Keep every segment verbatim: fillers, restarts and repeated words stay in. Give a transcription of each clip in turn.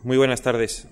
Muy buenas tardes.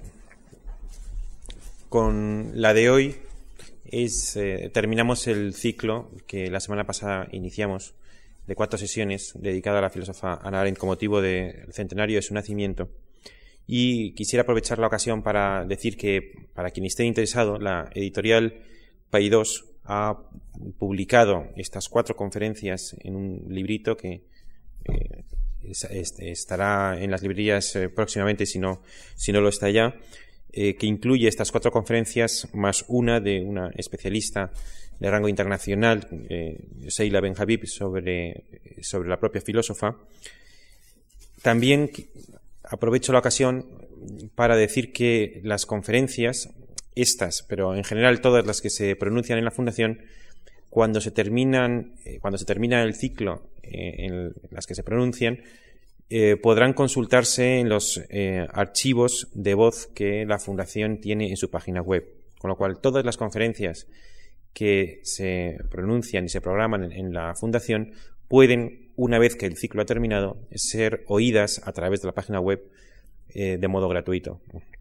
Con la de hoy es, eh, terminamos el ciclo que la semana pasada iniciamos de cuatro sesiones dedicada a la filósofa Hannah Arendt con motivo del centenario de su nacimiento. Y quisiera aprovechar la ocasión para decir que, para quien esté interesado, la editorial Paidós ha publicado estas cuatro conferencias en un librito que eh, es, es, estará en las librerías eh, próximamente, si no, si no lo está ya, eh, que incluye estas cuatro conferencias más una de una especialista de rango internacional, eh, Seila Ben-Habib, sobre, sobre la propia filósofa. También aprovecho la ocasión para decir que las conferencias, estas, pero en general todas las que se pronuncian en la Fundación, cuando se terminan, eh, cuando se termina el ciclo eh, en las que se pronuncian, eh, podrán consultarse en los eh, archivos de voz que la Fundación tiene en su página web. Con lo cual, todas las conferencias que se pronuncian y se programan en, en la Fundación pueden, una vez que el ciclo ha terminado, ser oídas a través de la página web eh, de modo gratuito.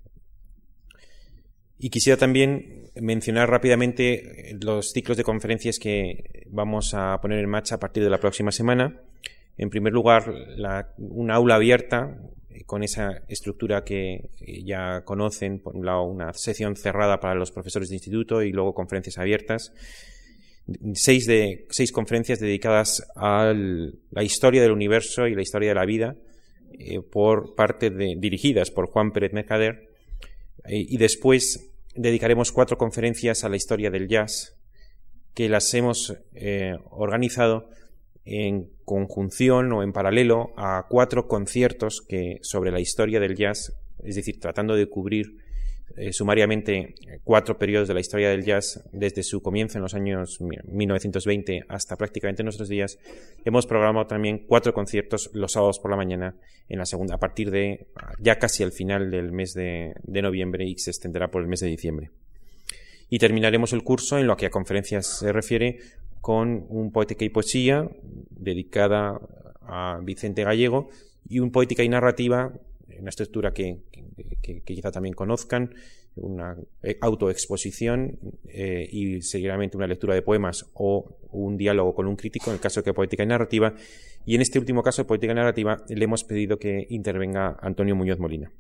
Y quisiera también mencionar rápidamente los ciclos de conferencias que vamos a poner en marcha a partir de la próxima semana. En primer lugar, la, una aula abierta con esa estructura que ya conocen. Por un lado, una sección cerrada para los profesores de instituto y luego conferencias abiertas. Seis, de, seis conferencias dedicadas a la historia del universo y la historia de la vida, eh, por parte de, dirigidas por Juan Pérez Mercader. Eh, y después dedicaremos cuatro conferencias a la historia del jazz, que las hemos eh, organizado en conjunción o en paralelo a cuatro conciertos que sobre la historia del jazz, es decir, tratando de cubrir eh, sumariamente cuatro periodos de la historia del jazz desde su comienzo en los años mil novecientos veinte hasta prácticamente nuestros días. Hemos programado también cuatro conciertos los sábados por la mañana en la segunda, a partir de ya casi al final del mes de, de noviembre, y se extenderá por el mes de diciembre. Y terminaremos el curso en lo que a conferencias se refiere con un Poética y Poesía dedicada a Vicente Gallego y un Poética y Narrativa, una estructura que, que, que, que quizá también conozcan, una autoexposición eh, y seguidamente una lectura de poemas o un diálogo con un crítico, en el caso de Poética y Narrativa. Y en este último caso, Poética y Narrativa, le hemos pedido que intervenga Antonio Muñoz Molina.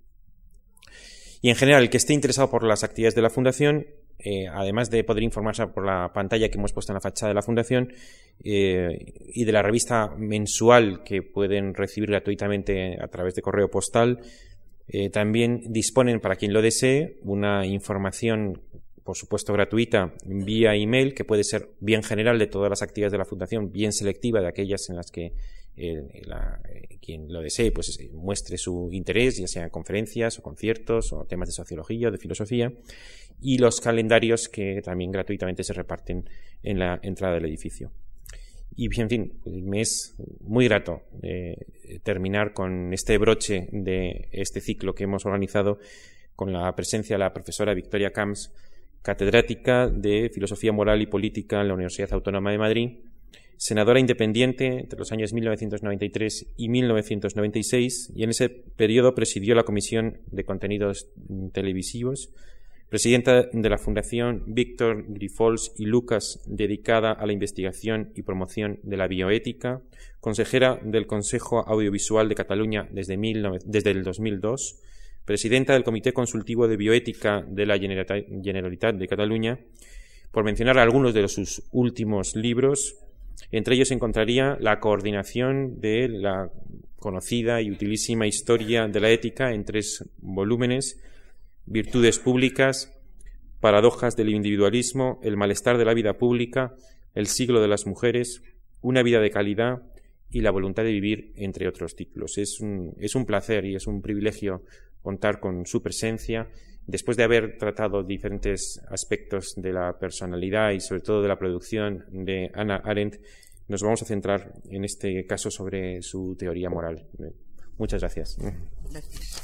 Y en general, el que esté interesado por las actividades de la Fundación, eh, además de poder informarse por la pantalla que hemos puesto en la fachada de la Fundación eh, y de la revista mensual que pueden recibir gratuitamente a través de correo postal, eh, también disponen, para quien lo desee, una información, por supuesto gratuita, vía email, que puede ser bien general de todas las actividades de la Fundación, bien selectiva de aquellas en las que eh, la, eh, quien lo desee pues muestre su interés, ya sea en conferencias o conciertos o temas de sociología o de filosofía, y los calendarios que también gratuitamente se reparten en la entrada del edificio. Y, en fin, me es muy grato eh, terminar con este broche de este ciclo que hemos organizado con la presencia de la profesora Victoria Camps, catedrática de Filosofía Moral y Política en la Universidad Autónoma de Madrid, senadora independiente entre los años mil novecientos noventa y tres y mil novecientos noventa y seis, y en ese periodo presidió la Comisión de Contenidos Televisivos, presidenta de la Fundación Víctor Grifols y Lucas, dedicada a la investigación y promoción de la bioética, consejera del Consejo Audiovisual de Cataluña desde, mil, desde el dos mil dos, presidenta del Comité Consultivo de Bioética de la Generalitat de Cataluña, por mencionar algunos de sus últimos libros. Entre ellos se encontraría la coordinación de la conocida y utilísima Historia de la Ética en tres volúmenes, Virtudes Públicas, Paradojas del Individualismo, El Malestar de la Vida Pública, El Siglo de las Mujeres, Una Vida de Calidad y La Voluntad de Vivir, entre otros títulos. Es un, es un placer y es un privilegio contar con su presencia. Después de haber tratado diferentes aspectos de la personalidad y sobre todo de la producción de Hannah Arendt, nos vamos a centrar en este caso sobre su teoría moral. Muchas gracias. Gracias.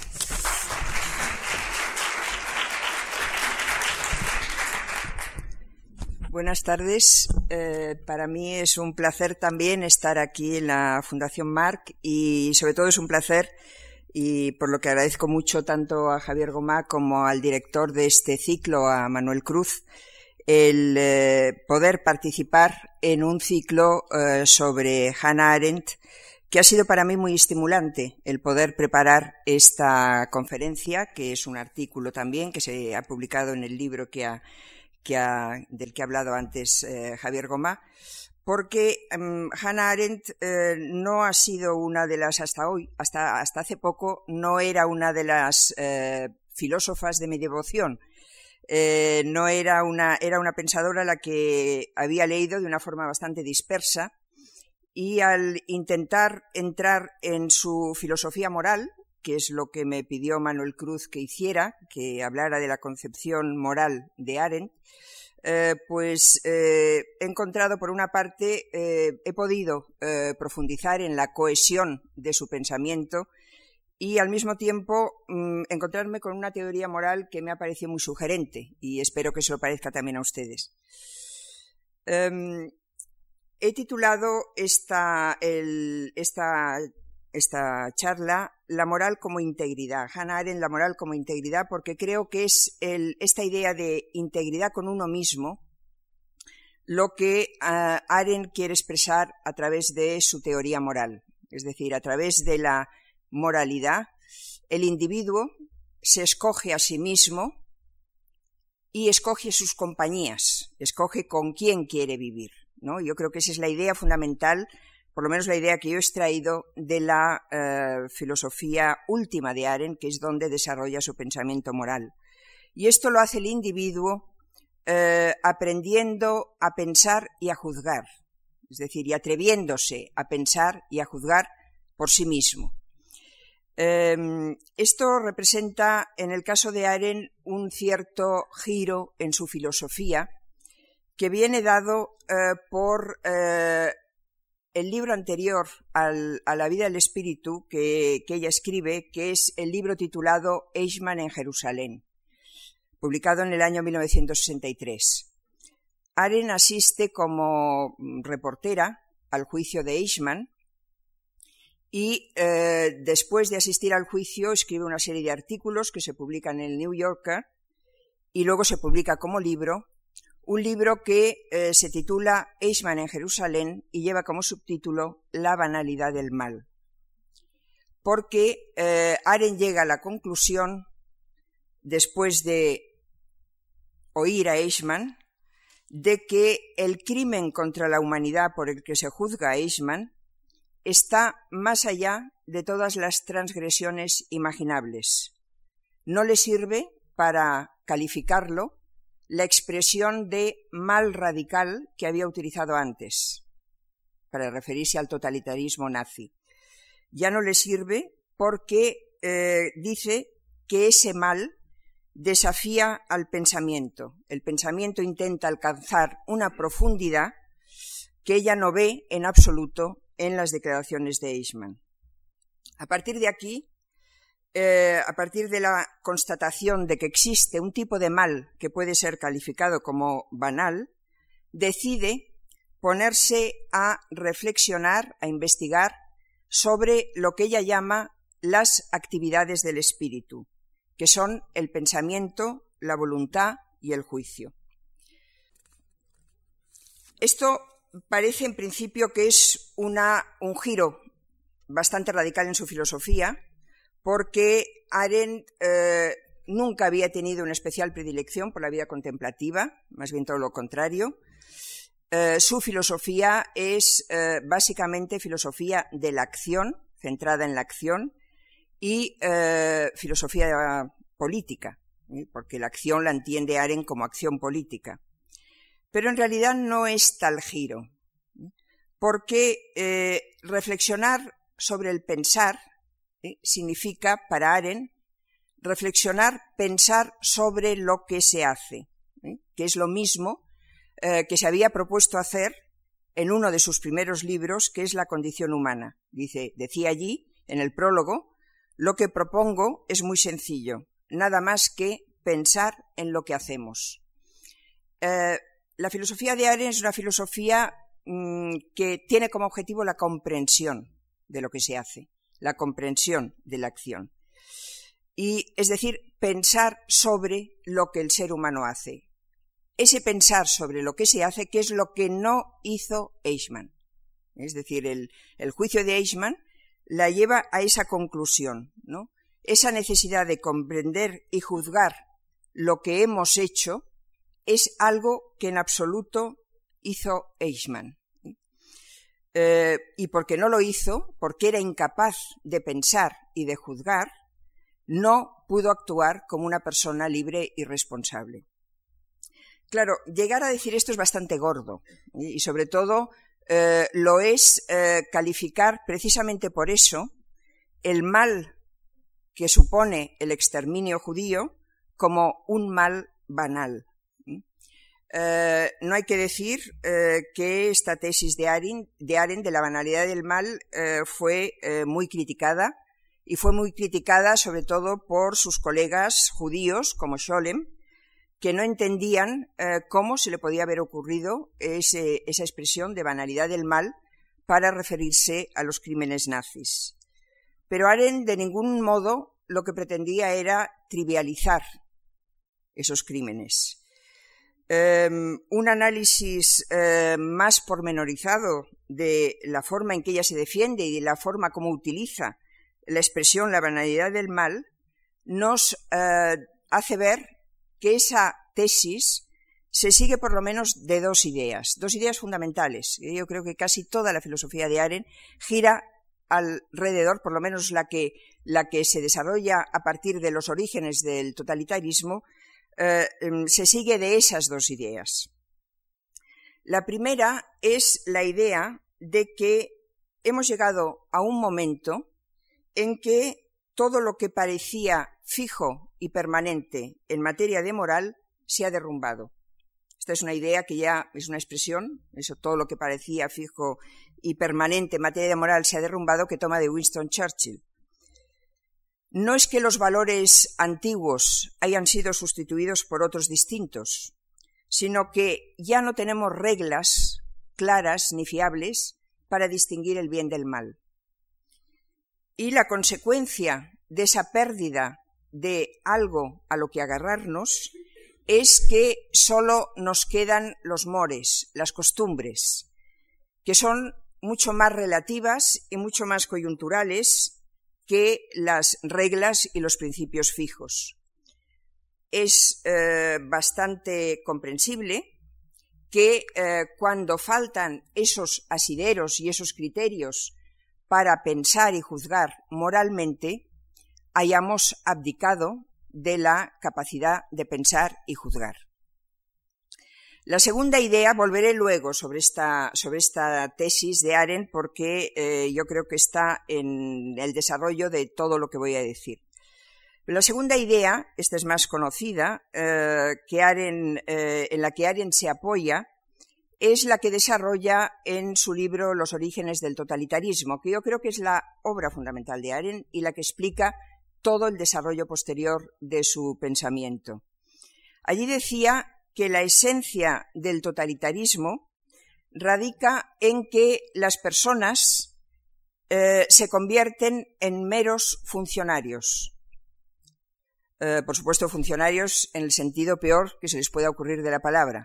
Buenas tardes. Eh, para mí es un placer también estar aquí en la Fundación Marc y sobre todo es un placer y por lo que agradezco mucho tanto a Javier Gomá como al director de este ciclo, a Manuel Cruz, el eh, poder participar en un ciclo eh, sobre Hannah Arendt, que ha sido para mí muy estimulante el poder preparar esta conferencia, que es un artículo también que se ha publicado en el libro que ha, que ha, del que ha hablado antes eh, Javier Gomá, porque um, Hannah Arendt eh, no ha sido una de las, hasta hoy, hasta, hasta hace poco, no era una de las eh, filósofas de mi devoción. Eh, no era una, era una pensadora a la que había leído de una forma bastante dispersa, y al intentar entrar en su filosofía moral, que es lo que me pidió Manuel Cruz que hiciera, que hablara de la concepción moral de Arendt, eh, pues eh, he encontrado, por una parte, eh, he podido eh, profundizar en la cohesión de su pensamiento y al mismo tiempo mmm, encontrarme con una teoría moral que me ha parecido muy sugerente, y espero que se lo parezca también a ustedes. Um, He titulado esta, el, esta, esta charla La moral como integridad, Hannah Arendt, la moral como integridad, porque creo que es el, esta idea de integridad con uno mismo lo que uh, Arendt quiere expresar a través de su teoría moral. Es decir, a través de la moralidad, el individuo se escoge a sí mismo y escoge sus compañías, escoge con quién quiere vivir, ¿no? Yo creo que esa es la idea fundamental, por lo menos la idea que yo he extraído de la eh, filosofía última de Arendt, que es donde desarrolla su pensamiento moral. Y esto lo hace el individuo eh, aprendiendo a pensar y a juzgar, es decir, y atreviéndose a pensar y a juzgar por sí mismo. Eh, esto representa, en el caso de Arendt, un cierto giro en su filosofía, que viene dado eh, por eh, el libro anterior al, a la vida del espíritu que, que ella escribe, que es el libro titulado Eichmann en Jerusalén, publicado en el año mil novecientos sesenta y tres. Arendt asiste como reportera al juicio de Eichmann y eh, después de asistir al juicio escribe una serie de artículos que se publican en el New Yorker y luego se publica como libro. Un libro que eh, se titula Eichmann en Jerusalén y lleva como subtítulo La banalidad del mal. Porque eh, Arendt llega a la conclusión, después de oír a Eichmann, de que el crimen contra la humanidad por el que se juzga a Eichmann está más allá de todas las transgresiones imaginables. No le sirve para calificarlo la expresión de mal radical que había utilizado antes, para referirse al totalitarismo nazi. Ya no le sirve porque eh, dice que ese mal desafía al pensamiento. El pensamiento intenta alcanzar una profundidad que ella no ve en absoluto en las declaraciones de Eichmann. A partir de aquí, Eh, a partir de la constatación de que existe un tipo de mal que puede ser calificado como banal, decide ponerse a reflexionar, a investigar sobre lo que ella llama las actividades del espíritu, que son el pensamiento, la voluntad y el juicio. Esto parece en principio que es una, un giro bastante radical en su filosofía, porque Arendt eh, nunca había tenido una especial predilección por la vida contemplativa, más bien todo lo contrario. Eh, su filosofía es eh, básicamente filosofía de la acción, centrada en la acción, y eh, filosofía política, ¿eh? Porque la acción la entiende Arendt como acción política. Pero en realidad no es tal giro, ¿eh? Porque eh, reflexionar sobre el pensar ¿Eh? significa, para Arendt, reflexionar, pensar sobre lo que se hace, ¿eh? que es lo mismo eh, que se había propuesto hacer en uno de sus primeros libros, que es La condición humana. Dice, decía allí, en el prólogo, lo que propongo es muy sencillo, nada más que pensar en lo que hacemos. Eh, la filosofía de Arendt es una filosofía mmm, que tiene como objetivo la comprensión de lo que se hace. la comprensión de la acción. Y, es decir, pensar sobre lo que el ser humano hace. Ese pensar sobre lo que se hace, que es lo que no hizo Eichmann. Es decir, el, el juicio de Eichmann la lleva a esa conclusión, ¿no? Esa necesidad de comprender y juzgar lo que hemos hecho es algo que en absoluto hizo Eichmann. Eh, y porque no lo hizo, porque era incapaz de pensar y de juzgar, no pudo actuar como una persona libre y responsable. Claro, llegar a decir esto es bastante gordo y, sobre todo, eh, lo es eh, calificar precisamente por eso el mal que supone el exterminio judío como un mal banal. Eh, no hay que decir eh, que esta tesis de Arendt, de, Arendt, de la banalidad del mal eh, fue eh, muy criticada, y fue muy criticada sobre todo por sus colegas judíos como Scholem, que no entendían eh, cómo se le podía haber ocurrido ese, esa expresión de banalidad del mal para referirse a los crímenes nazis. Pero Arendt de ningún modo lo que pretendía era trivializar esos crímenes. Eh, un análisis eh, más pormenorizado de la forma en que ella se defiende y de la forma como utiliza la expresión la banalidad del mal nos eh, hace ver que esa tesis se sigue por lo menos de dos ideas, dos ideas fundamentales. Yo creo que casi toda la filosofía de Arendt gira alrededor, por lo menos la que, la que se desarrolla a partir de los orígenes del totalitarismo, eh, se sigue de esas dos ideas. La primera es la idea de que hemos llegado a un momento en que todo lo que parecía fijo y permanente en materia de moral se ha derrumbado. Esta es una idea que ya es una expresión, eso, todo lo que parecía fijo y permanente en materia de moral se ha derrumbado, que toma de Winston Churchill. No es que los valores antiguos hayan sido sustituidos por otros distintos, sino que ya no tenemos reglas claras ni fiables para distinguir el bien del mal. Y la consecuencia de esa pérdida de algo a lo que agarrarnos es que solo nos quedan los mores, las costumbres, que son mucho más relativas y mucho más coyunturales que las reglas y los principios fijos. Es eh, bastante comprensible que eh, cuando faltan esos asideros y esos criterios para pensar y juzgar moralmente, hayamos abdicado de la capacidad de pensar y juzgar. La segunda idea, volveré luego sobre esta, sobre esta tesis de Arendt, porque eh, yo creo que está en el desarrollo de todo lo que voy a decir. La segunda idea, esta es más conocida, eh, que Arendt, eh, en la que Arendt se apoya, es la que desarrolla en su libro Los orígenes del totalitarismo, que yo creo que es la obra fundamental de Arendt y la que explica todo el desarrollo posterior de su pensamiento. Allí decía que la esencia del totalitarismo radica en que las personas eh, se convierten en meros funcionarios. Eh, por supuesto, funcionarios en el sentido peor que se les pueda ocurrir de la palabra.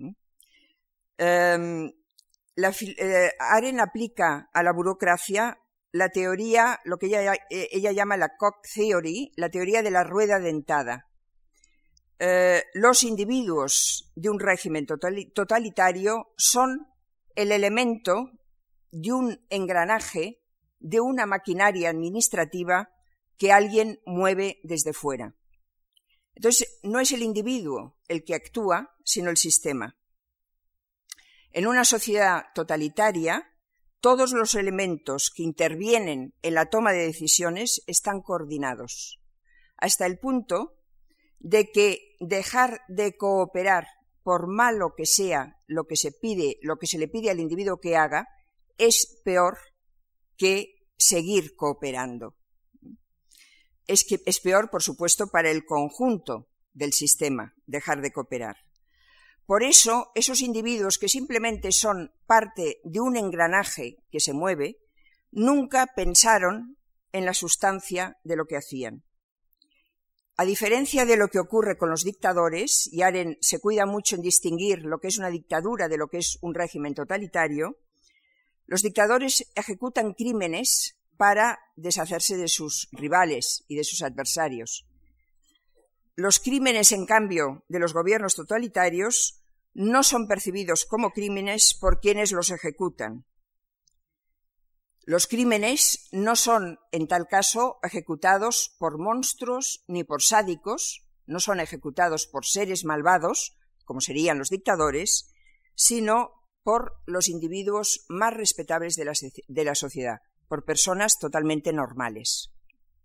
Eh, la, eh, Arendt aplica a la burocracia la teoría, lo que ella, ella llama la Koch Theory, la teoría de la rueda dentada. Eh, los individuos de un régimen totalitario son el elemento de un engranaje, de una maquinaria administrativa que alguien mueve desde fuera. Entonces, no es el individuo el que actúa, sino el sistema. En una sociedad totalitaria, todos los elementos que intervienen en la toma de decisiones están coordinados, hasta el punto de que dejar de cooperar, por malo que sea lo que se pide, lo que se le pide al individuo que haga, es peor que seguir cooperando. Es que es peor, por supuesto, para el conjunto del sistema dejar de cooperar. Por eso, esos individuos que simplemente son parte de un engranaje que se mueve, nunca pensaron en la sustancia de lo que hacían. A diferencia de lo que ocurre con los dictadores, y Arendt se cuida mucho en distinguir lo que es una dictadura de lo que es un régimen totalitario, los dictadores ejecutan crímenes para deshacerse de sus rivales y de sus adversarios. Los crímenes, en cambio, de los gobiernos totalitarios no son percibidos como crímenes por quienes los ejecutan. Los crímenes no son, en tal caso, ejecutados por monstruos ni por sádicos, no son ejecutados por seres malvados, como serían los dictadores, sino por los individuos más respetables de la, de la sociedad, por personas totalmente normales.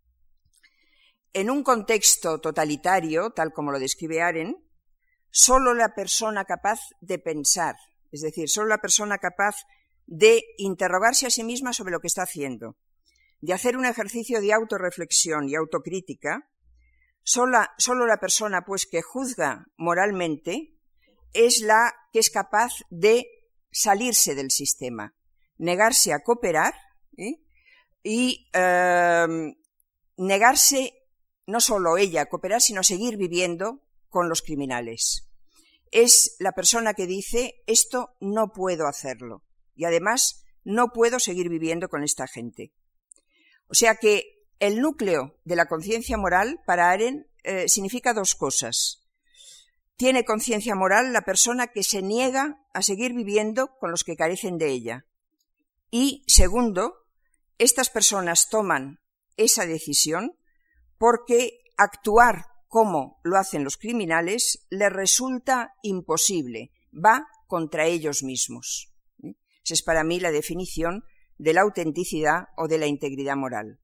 En un contexto totalitario, tal como lo describe Arendt, solo la persona capaz de pensar, es decir, solo la persona capaz de interrogarse a sí misma sobre lo que está haciendo, de hacer un ejercicio de autorreflexión y autocrítica, solo, solo la persona pues que juzga moralmente es la que es capaz de salirse del sistema, negarse a cooperar, ¿eh? y eh, negarse no solo ella a cooperar, sino a seguir viviendo con los criminales. Es la persona que dice, esto no puedo hacerlo. Y además, no puedo seguir viviendo con esta gente. O sea que el núcleo de la conciencia moral para Arendt eh, significa dos cosas. Tiene conciencia moral la persona que se niega a seguir viviendo con los que carecen de ella. Y, segundo, estas personas toman esa decisión porque actuar como lo hacen los criminales les resulta imposible, va contra ellos mismos. Esa es para mí la definición de la autenticidad o de la integridad moral.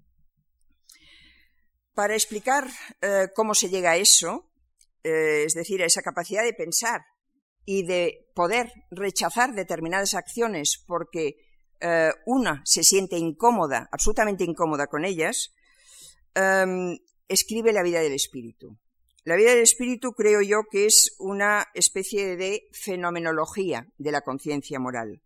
Para explicar eh, cómo se llega a eso, eh, es decir, a esa capacidad de pensar y de poder rechazar determinadas acciones porque eh, una se siente incómoda, absolutamente incómoda con ellas, eh, escribe La vida del espíritu. La vida del espíritu creo yo que es una especie de fenomenología de la conciencia moral.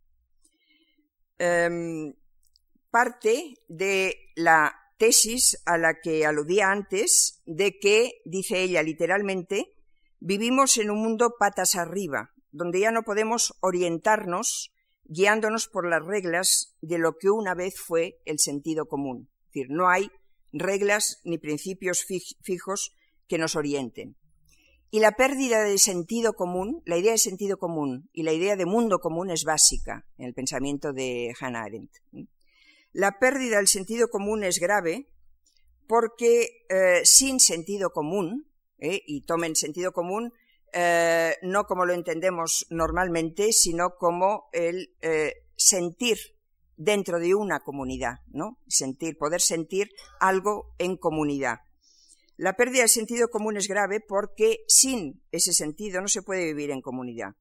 Um, parte de la tesis a la que aludía antes, de que, dice ella literalmente, vivimos en un mundo patas arriba, donde ya no podemos orientarnos guiándonos por las reglas de lo que una vez fue el sentido común. Es decir, no hay reglas ni principios fijos que nos orienten. Y la pérdida de sentido común, la idea de sentido común y la idea de mundo común es básica en el pensamiento de Hannah Arendt. La pérdida del sentido común es grave porque eh, sin sentido común, eh, y tomen sentido común eh, no como lo entendemos normalmente, sino como el eh, sentir dentro de una comunidad, ¿no? Sentir, poder sentir algo en comunidad. La pérdida de sentido común es grave porque sin ese sentido no se puede vivir en comunidad.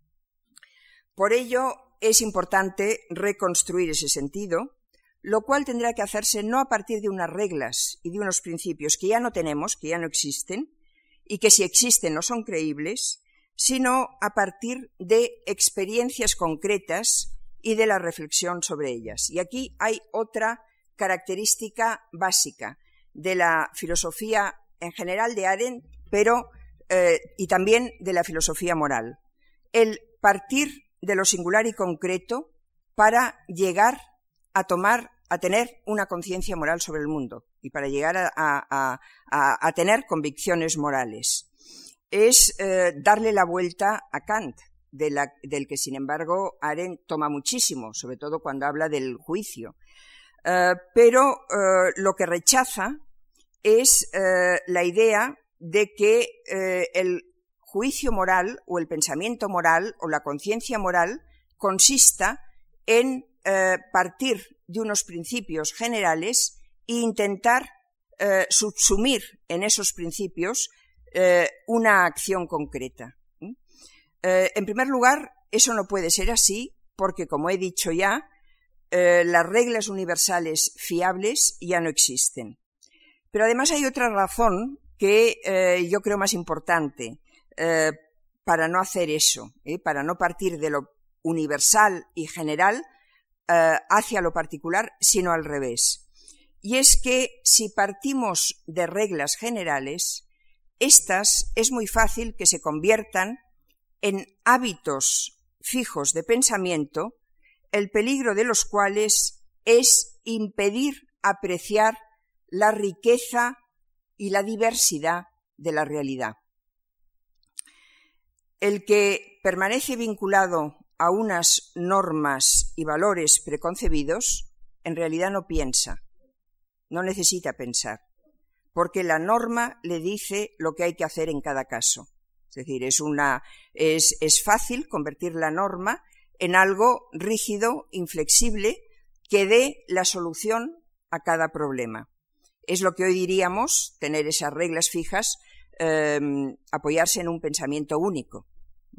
Por ello es importante reconstruir ese sentido, lo cual tendrá que hacerse no a partir de unas reglas y de unos principios que ya no tenemos, que ya no existen, y que si existen no son creíbles, sino a partir de experiencias concretas y de la reflexión sobre ellas. Y aquí hay otra característica básica de la filosofía en general de Arendt, pero eh, y también de la filosofía moral. El partir de lo singular y concreto para llegar a tomar, a tener una conciencia moral sobre el mundo y para llegar a, a, a, a tener convicciones morales. Es eh, darle la vuelta a Kant, de la, del que sin embargo Arendt toma muchísimo, sobre todo cuando habla del juicio. Uh, pero uh, lo que rechaza es uh, la idea de que uh, el juicio moral o el pensamiento moral o la conciencia moral consista en uh, partir de unos principios generales e intentar uh, subsumir en esos principios uh, una acción concreta. ¿Mm? Uh, en primer lugar, eso no puede ser así porque, como he dicho ya, Eh, las reglas universales fiables ya no existen. Pero además hay otra razón que eh, yo creo más importante eh, para no hacer eso, eh, para no partir de lo universal y general eh, hacia lo particular, sino al revés. y es que si partimos de reglas generales, estas es muy fácil que se conviertan en hábitos fijos de pensamiento, el peligro de los cuales es impedir apreciar la riqueza y la diversidad de la realidad. El que permanece vinculado a unas normas y valores preconcebidos, en realidad no piensa, no necesita pensar, porque la norma le dice lo que hay que hacer en cada caso. Es decir, es, una, es, es fácil convertir la norma en algo rígido, inflexible, que dé la solución a cada problema. Es lo que hoy diríamos, tener esas reglas fijas, eh, apoyarse en un pensamiento único.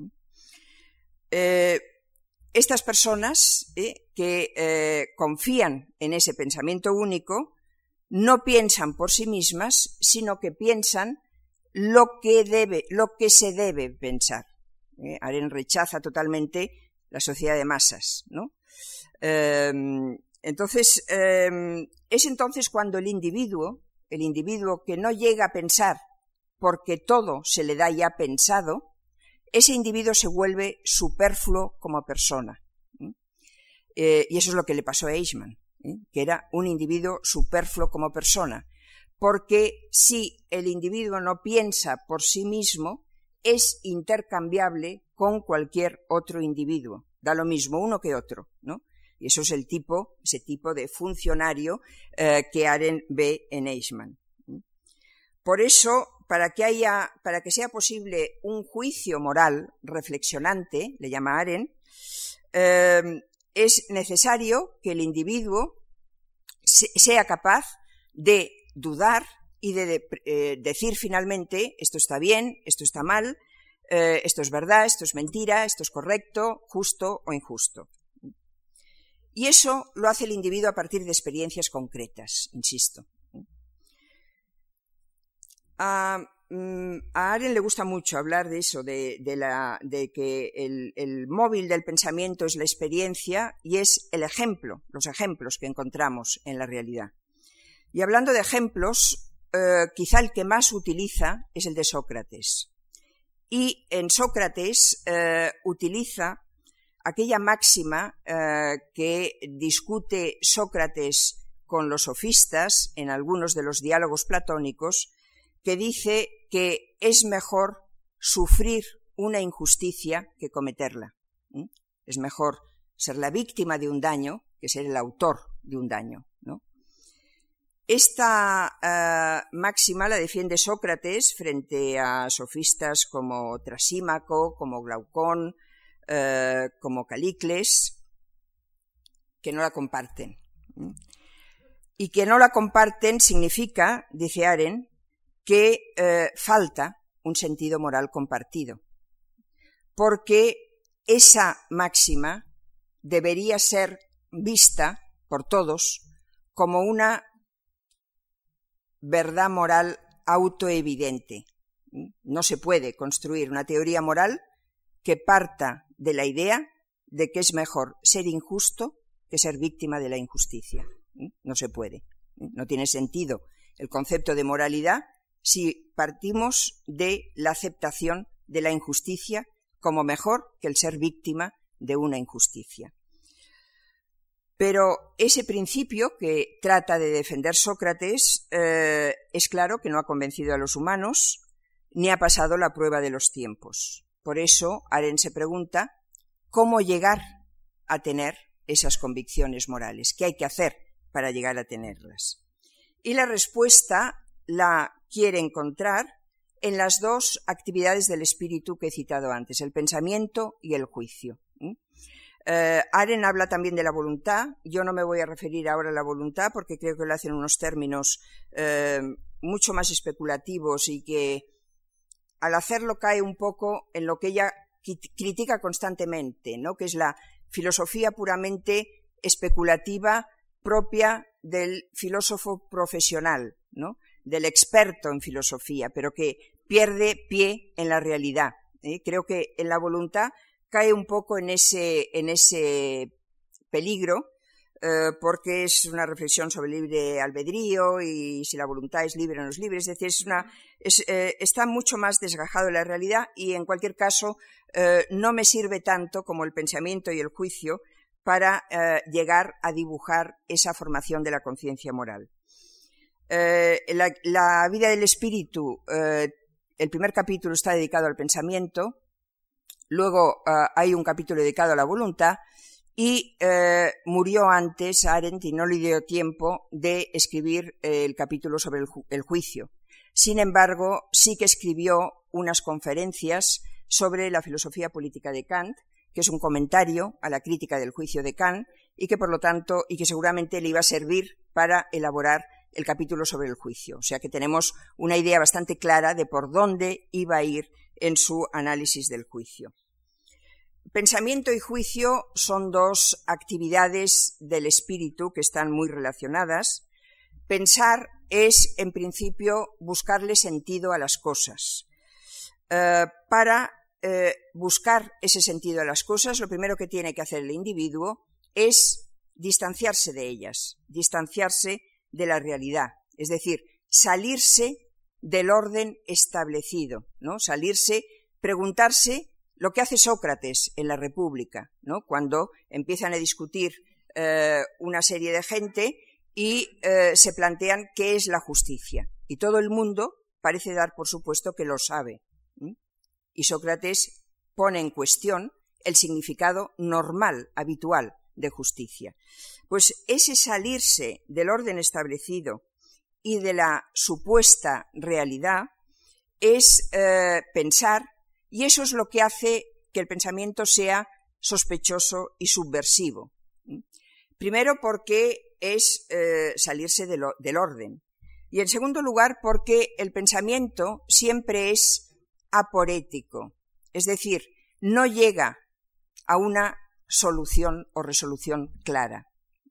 Eh, estas personas eh, que eh, confían en ese pensamiento único no piensan por sí mismas, sino que piensan lo que debe, lo que se debe pensar. Eh, Arendt rechaza totalmente la sociedad de masas, ¿no? Eh, entonces, eh, es entonces cuando el individuo, el individuo que no llega a pensar porque todo se le da ya pensado, ese individuo se vuelve superfluo como persona. Eh, y eso es lo que le pasó a Eichmann, ¿eh? que era un individuo superfluo como persona. Porque si el individuo no piensa por sí mismo, es intercambiable con cualquier otro individuo. Da lo mismo uno que otro, ¿no? Y eso es el tipo, ese tipo de funcionario eh, que Arendt ve en Eichmann. Por eso, para que haya, para que sea posible un juicio moral reflexionante, le llama Arendt, eh, es necesario que el individuo se, sea capaz de dudar y de, de eh, decir finalmente esto está bien, esto está mal, eh, esto es verdad, esto es mentira, esto es correcto, justo o injusto. Y eso lo hace el individuo a partir de experiencias concretas, insisto. A, a Arendt le gusta mucho hablar de eso, de, de, la, de que el, el móvil del pensamiento es la experiencia y es el ejemplo, los ejemplos que encontramos en la realidad. Y hablando de ejemplos, eh, quizá el que más utiliza es el de Sócrates. Y en Sócrates eh, utiliza aquella máxima eh, que discute Sócrates con los sofistas en algunos de los diálogos platónicos, que dice que es mejor sufrir una injusticia que cometerla. ¿Mm? Es mejor ser la víctima de un daño que ser el autor de un daño, ¿no? Esta uh, máxima la defiende Sócrates frente a sofistas como Trasímaco, como Glaucón, uh, como Calicles, que no la comparten. ¿Mm? Y que no la comparten significa, dice Arendt, que eh, falta un sentido moral compartido, porque esa máxima debería ser vista por todos como una verdad moral autoevidente. No se puede construir una teoría moral que parta de la idea de que es mejor ser injusto que ser víctima de la injusticia. No se puede. No tiene sentido el concepto de moralidad si partimos de la aceptación de la injusticia como mejor que el ser víctima de una injusticia. Pero ese principio que trata de defender Sócrates eh, es claro que no ha convencido a los humanos ni ha pasado la prueba de los tiempos. Por eso Arendt se pregunta cómo llegar a tener esas convicciones morales, qué hay que hacer para llegar a tenerlas. Y la respuesta la quiere encontrar en las dos actividades del espíritu que he citado antes, el pensamiento y el juicio. ¿Mm? Eh, Arendt habla también de la voluntad. Yo no me voy a referir ahora a la voluntad porque creo que lo hacen en unos términos eh, mucho más especulativos y que al hacerlo cae un poco en lo que ella critica constantemente, ¿no? Que es la filosofía puramente especulativa propia del filósofo profesional, ¿no? Del experto en filosofía, pero que pierde pie en la realidad. ¿eh? Creo que en la voluntad cae un poco en ese, en ese peligro eh, porque es una reflexión sobre el libre albedrío y si la voluntad es libre o no es libre. Es decir, es una, es, eh, está mucho más desgajado de la realidad y, en cualquier caso, eh, no me sirve tanto como el pensamiento y el juicio para eh, llegar a dibujar esa formación de la conciencia moral. Eh, la, la vida del espíritu, eh, el primer capítulo está dedicado al pensamiento, luego eh, hay un capítulo dedicado a la voluntad y eh, murió antes Arendt y no le dio tiempo de escribir eh, el capítulo sobre el, ju el juicio. Sin embargo, sí que escribió unas conferencias sobre la filosofía política de Kant, que es un comentario a la crítica del juicio de Kant y que, por lo tanto, y que seguramente le iba a servir para elaborar el capítulo sobre el juicio. O sea que tenemos una idea bastante clara de por dónde iba a ir en su análisis del juicio. Pensamiento y juicio son dos actividades del espíritu que están muy relacionadas. Pensar es, en principio, buscarle sentido a las cosas. Eh, para eh, buscar ese sentido a las cosas, lo primero que tiene que hacer el individuo es distanciarse de ellas, distanciarse de la realidad, es decir, salirse del orden establecido, ¿no? Salirse, preguntarse lo que hace Sócrates en la República, ¿no? Cuando empiezan a discutir eh, una serie de gente y eh, se plantean qué es la justicia. Y todo el mundo parece dar por supuesto que lo sabe. ¿Mm? Y Sócrates pone en cuestión el significado normal, habitual de justicia. Pues ese salirse del orden establecido y de la supuesta realidad es eh, pensar, y eso es lo que hace que el pensamiento sea sospechoso y subversivo. Primero porque es eh, salirse de lo, del orden, y en segundo lugar porque el pensamiento siempre es aporético, es decir, no llega a una solución o resolución clara.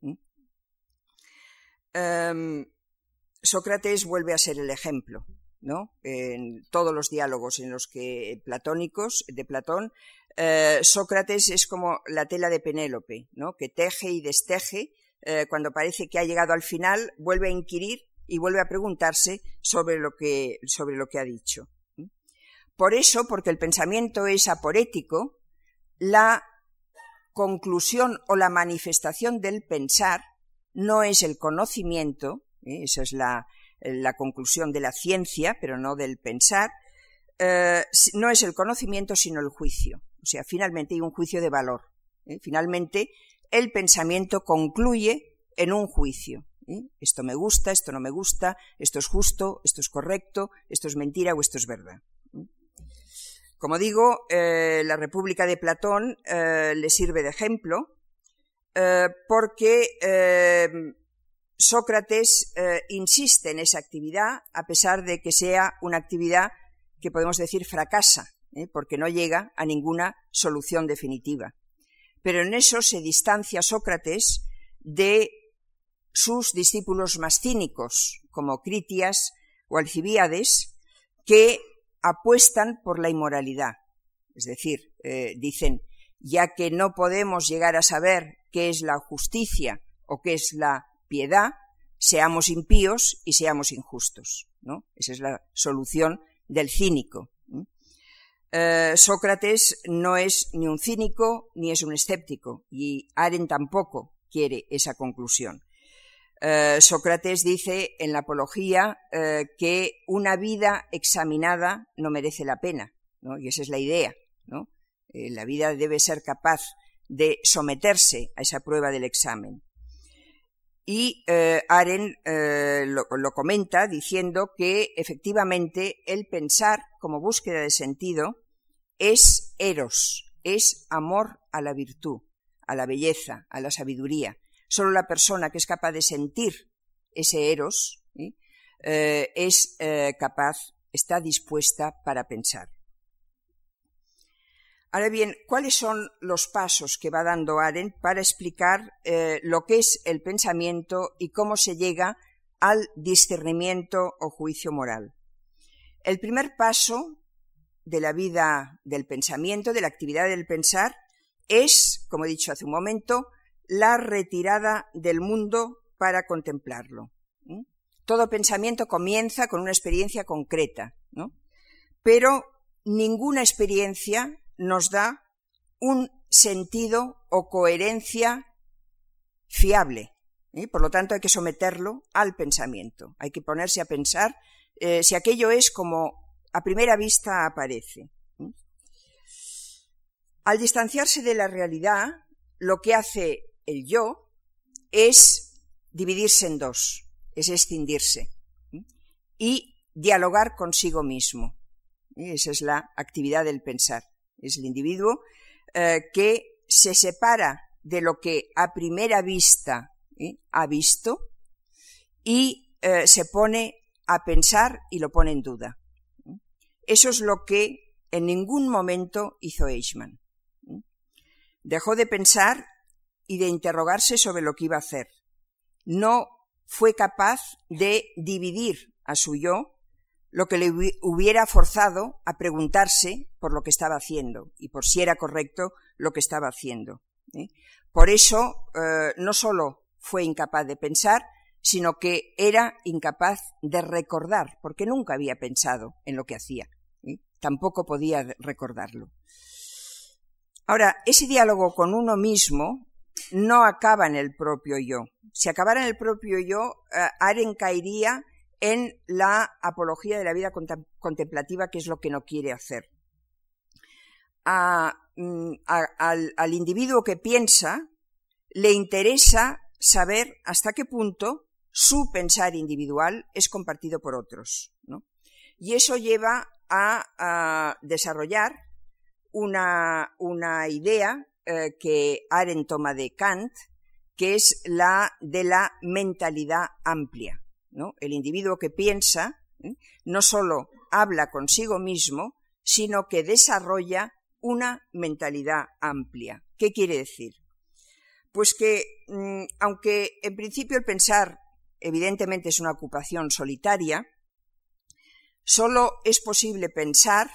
Um, Sócrates vuelve a ser el ejemplo, ¿no? En todos los diálogos en los que platónicos de Platón, eh, Sócrates es como la tela de Penélope, ¿no? Que teje y desteje, eh, cuando parece que ha llegado al final, vuelve a inquirir y vuelve a preguntarse sobre lo que, sobre lo que ha dicho. Por eso, porque el pensamiento es aporético, la conclusión o la manifestación del pensar no es el conocimiento, ¿eh? Esa es la, la conclusión de la ciencia, pero no del pensar, eh, no es el conocimiento sino el juicio. O sea, finalmente hay un juicio de valor. ¿eh? Finalmente el pensamiento concluye en un juicio. ¿eh? Esto me gusta, esto no me gusta, esto es justo, esto es correcto, esto es mentira o esto es verdad. ¿eh? Como digo, eh, la República de Platón eh, le sirve de ejemplo eh, porque eh, Sócrates eh, insiste en esa actividad a pesar de que sea una actividad que podemos decir fracasa, ¿eh? porque no llega a ninguna solución definitiva. Pero en eso se distancia Sócrates de sus discípulos más cínicos, como Critias o Alcibíades, que apuestan por la inmoralidad. Es decir, eh, dicen, ya que no podemos llegar a saber qué es la justicia o qué es la piedad, seamos impíos y seamos injustos, ¿no? Esa es la solución del cínico. Eh, Sócrates no es ni un cínico ni es un escéptico, y Arendt tampoco quiere esa conclusión. Eh, Sócrates dice en la Apología eh, que una vida examinada no merece la pena, ¿no? Y esa es la idea, ¿no? Eh, la vida debe ser capaz de someterse a esa prueba del examen. Y eh, Arendt eh, lo, lo comenta diciendo que efectivamente el pensar como búsqueda de sentido es eros, es amor a la virtud, a la belleza, a la sabiduría. Solo la persona que es capaz de sentir ese eros ¿sí? eh, es eh, capaz, está dispuesta para pensar. Ahora bien, ¿cuáles son los pasos que va dando Arendt para explicar eh, lo que es el pensamiento y cómo se llega al discernimiento o juicio moral? El primer paso de la vida del pensamiento, de la actividad del pensar, es, como he dicho hace un momento, la retirada del mundo para contemplarlo. ¿Mm? Todo pensamiento comienza con una experiencia concreta, ¿no? Pero ninguna experiencia nos da un sentido o coherencia fiable. ¿Eh? Por lo tanto, hay que someterlo al pensamiento. Hay que ponerse a pensar eh, si aquello es como a primera vista aparece. ¿Eh? Al distanciarse de la realidad, lo que hace el yo es dividirse en dos, es escindirse, ¿eh? Y dialogar consigo mismo. ¿Eh? Esa es la actividad del pensar. Es el individuo eh, que se separa de lo que a primera vista ¿eh? ha visto y eh, se pone a pensar y lo pone en duda. ¿Eh? Eso es lo que en ningún momento hizo Eichmann. ¿Eh? Dejó de pensar y de interrogarse sobre lo que iba a hacer. No fue capaz de dividir a su yo, lo que le hubiera forzado a preguntarse por lo que estaba haciendo y por si era correcto lo que estaba haciendo. ¿Eh? Por eso eh, no solo fue incapaz de pensar, sino que era incapaz de recordar, porque nunca había pensado en lo que hacía. ¿Eh? Tampoco podía recordarlo. Ahora, ese diálogo con uno mismo no acaba en el propio yo. Si acabara en el propio yo, eh, Arendt caería en la apología de la vida contemplativa, que es lo que no quiere hacer. A, a, al, al individuo que piensa le interesa saber hasta qué punto su pensar individual es compartido por otros, ¿no? Y eso lleva a, a desarrollar una, una idea eh, que Arendt toma de Kant, que es la de la mentalidad amplia, ¿no? El individuo que piensa ¿eh? no solo habla consigo mismo, sino que desarrolla una mentalidad amplia. ¿Qué quiere decir? Pues que, mmm, aunque en principio el pensar evidentemente es una ocupación solitaria, solo es posible pensar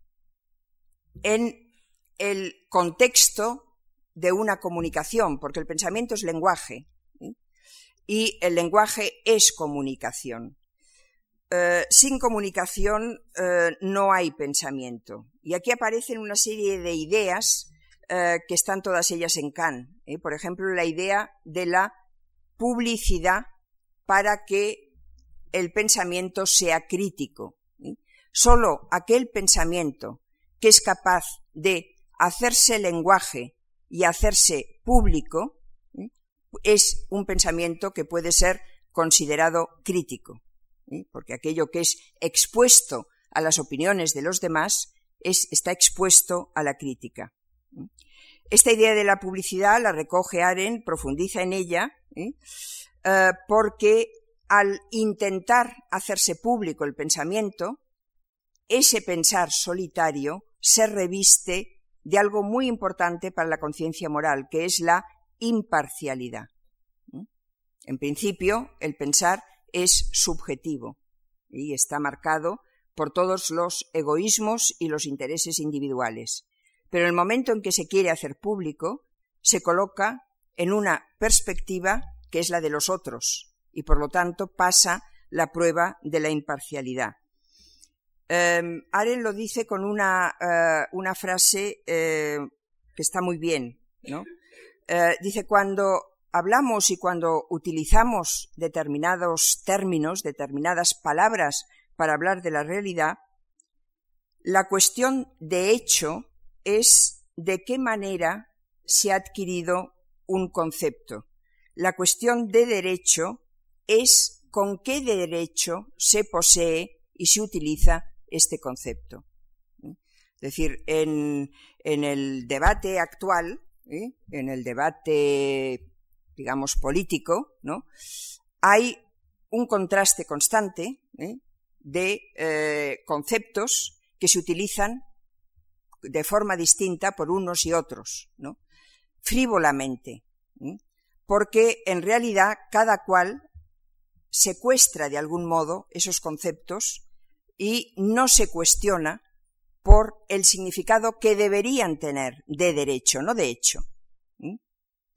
en el contexto de una comunicación, porque el pensamiento es lenguaje, ¿eh? Y el lenguaje es comunicación. Eh, sin comunicación eh, no hay pensamiento. Y aquí aparecen una serie de ideas eh, que están todas ellas en Kant. ¿eh? Por ejemplo, la idea de la publicidad para que el pensamiento sea crítico. ¿eh? Solo aquel pensamiento que es capaz de hacerse lenguaje y hacerse público ¿eh? es un pensamiento que puede ser considerado crítico. ¿eh? Porque aquello que es expuesto a las opiniones de los demás es, está expuesto a la crítica. ¿eh? Esta idea de la publicidad la recoge Arendt, profundiza en ella, ¿eh? Uh, porque al intentar hacerse público el pensamiento, ese pensar solitario se reviste de algo muy importante para la conciencia moral, que es la imparcialidad. ¿eh? En principio, el pensar es subjetivo y está marcado por todos los egoísmos y los intereses individuales. Pero en el momento en que se quiere hacer público, se coloca en una perspectiva que es la de los otros y por lo tanto pasa la prueba de la imparcialidad. Eh, Arendt lo dice con una, eh, una frase eh, que está muy bien, ¿no? Eh, dice, cuando hablamos y cuando utilizamos determinados términos, determinadas palabras para hablar de la realidad, la cuestión de hecho es de qué manera se ha adquirido un concepto. La cuestión de derecho es con qué derecho se posee y se utiliza este concepto. ¿Eh? Es decir, en, en el debate actual, ¿eh? en el debate, digamos, político, ¿no? hay un contraste constante ¿eh? de eh, conceptos que se utilizan de forma distinta por unos y otros, ¿no? frívolamente, ¿eh? porque en realidad cada cual secuestra de algún modo esos conceptos y no se cuestiona por el significado que deberían tener de derecho, no de hecho. ¿eh?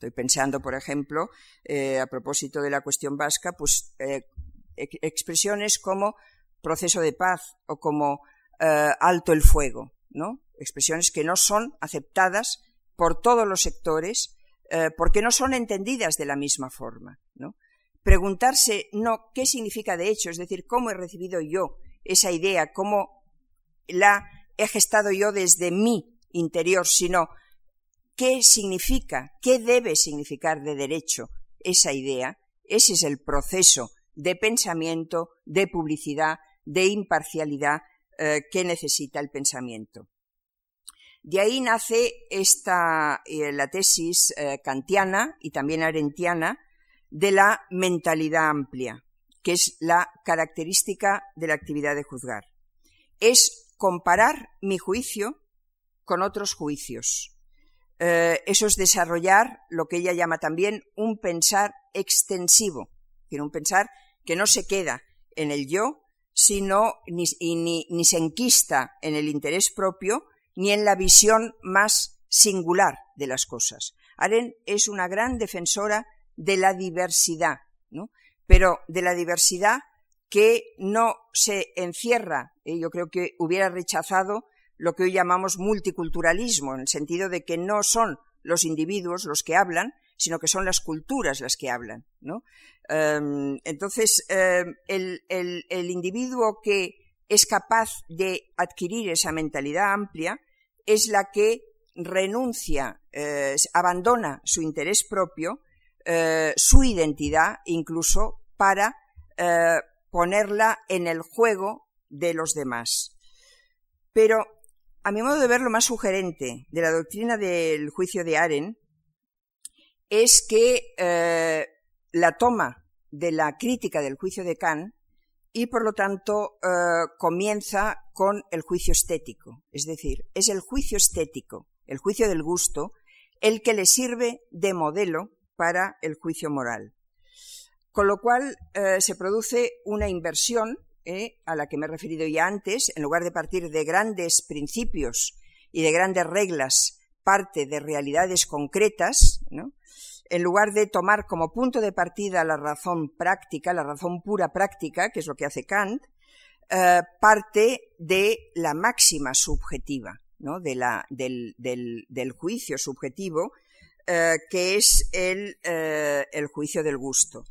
Estoy pensando, por ejemplo, eh, a propósito de la cuestión vasca, pues eh, ex expresiones como proceso de paz o como eh, alto el fuego, ¿no? Expresiones que no son aceptadas por todos los sectores eh, porque no son entendidas de la misma forma, ¿no? Preguntarse no qué significa de hecho, es decir, cómo he recibido yo esa idea, cómo la he gestado yo desde mi interior, sino qué significa, qué debe significar de derecho esa idea. Ese es el proceso de pensamiento, de publicidad, de imparcialidad eh, que necesita el pensamiento. De ahí nace esta, eh, la tesis eh, kantiana y también arendtiana de la mentalidad amplia, que es la característica de la actividad de juzgar. Es comparar mi juicio con otros juicios. Eh, eso es desarrollar lo que ella llama también un pensar extensivo, es decir, un pensar que no se queda en el yo, sino ni, ni, ni se enquista en el interés propio, ni en la visión más singular de las cosas. Arendt es una gran defensora de la diversidad, ¿no? Pero de la diversidad que no se encierra, ¿eh? Yo creo que hubiera rechazado lo que hoy llamamos multiculturalismo, en el sentido de que no son los individuos los que hablan, sino que son las culturas las que hablan, ¿no? Um, entonces, um, el, el, el individuo que es capaz de adquirir esa mentalidad amplia es la que renuncia, eh, abandona su interés propio, eh, su identidad, incluso para eh, ponerla en el juego de los demás. Pero, a mi modo de ver, lo más sugerente de la doctrina del juicio de Arendt es que eh, la toma de la crítica del juicio de Kant y, por lo tanto, eh, comienza con el juicio estético. Es decir, es el juicio estético, el juicio del gusto, el que le sirve de modelo para el juicio moral. Con lo cual, eh, se produce una inversión eh, a la que me he referido ya antes. En lugar de partir de grandes principios y de grandes reglas, parte de realidades concretas, ¿no? En lugar de tomar como punto de partida la razón práctica, la razón pura práctica, que es lo que hace Kant, eh, parte de la máxima subjetiva, ¿no? de la, del, del, del juicio subjetivo, eh, que es el, eh, el juicio del gusto.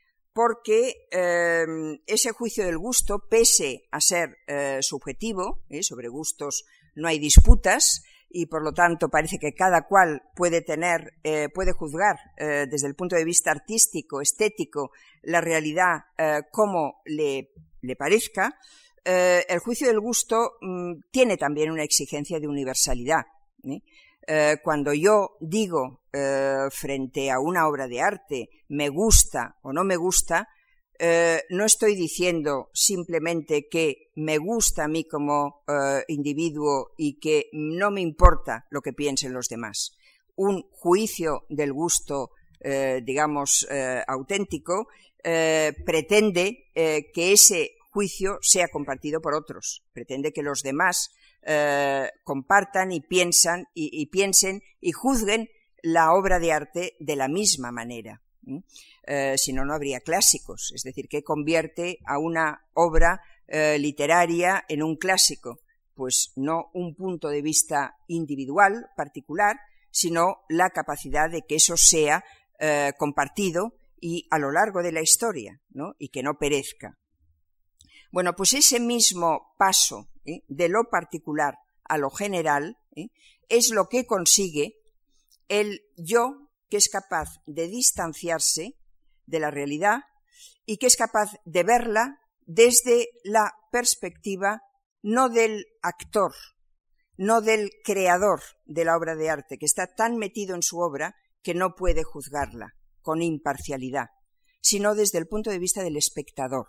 Porque eh, ese juicio del gusto, pese a ser eh, subjetivo, ¿eh? sobre gustos no hay disputas, y por lo tanto parece que cada cual puede tener, eh, puede juzgar eh, desde el punto de vista artístico, estético, la realidad eh, como le, le parezca, eh, el juicio del gusto mmm, tiene también una exigencia de universalidad, ¿eh? Eh, cuando yo digo eh, frente a una obra de arte me gusta o no me gusta, Eh, no estoy diciendo simplemente que me gusta a mí como eh, individuo y que no me importa lo que piensen los demás. Un juicio del gusto, eh, digamos, eh, auténtico, eh, pretende eh, que ese juicio sea compartido por otros. Pretende que los demás eh, compartan y piensan y, y piensen y juzguen la obra de arte de la misma manera. ¿Mm? Eh, si no, no habría clásicos, es decir, ¿qué convierte a una obra eh, literaria en un clásico? Pues no un punto de vista individual, particular, sino la capacidad de que eso sea eh, compartido y a lo largo de la historia, ¿no? Y que no perezca. Bueno, pues ese mismo paso ¿eh? de lo particular a lo general ¿eh? es lo que consigue el yo, que es capaz de distanciarse de la realidad y que es capaz de verla desde la perspectiva no del actor, no del creador de la obra de arte, que está tan metido en su obra que no puede juzgarla con imparcialidad, sino desde el punto de vista del espectador.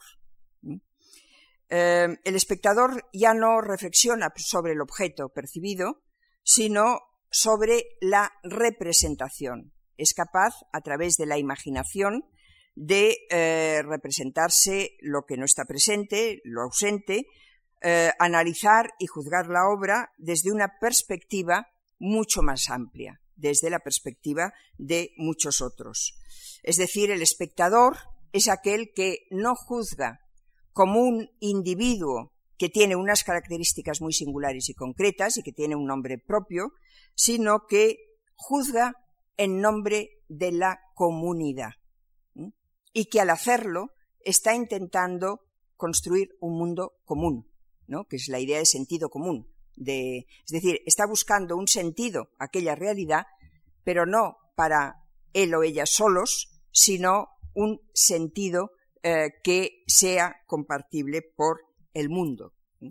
Eh, el espectador ya no reflexiona sobre el objeto percibido, sino sobre la representación. Es capaz, a través de la imaginación, de eh, representarse lo que no está presente, lo ausente, eh, analizar y juzgar la obra desde una perspectiva mucho más amplia. desde la perspectiva de muchos otros. Es decir, el espectador es aquel que no juzga como un individuo que tiene unas características muy singulares y concretas y que tiene un nombre propio, sino que juzga en nombre de la comunidad, ¿sí? Y que al hacerlo está intentando construir un mundo común, ¿no? Que es la idea de sentido común. De, es decir, está buscando un sentido a aquella realidad, pero no para él o ella solos, sino un sentido eh, que sea compartible por el mundo.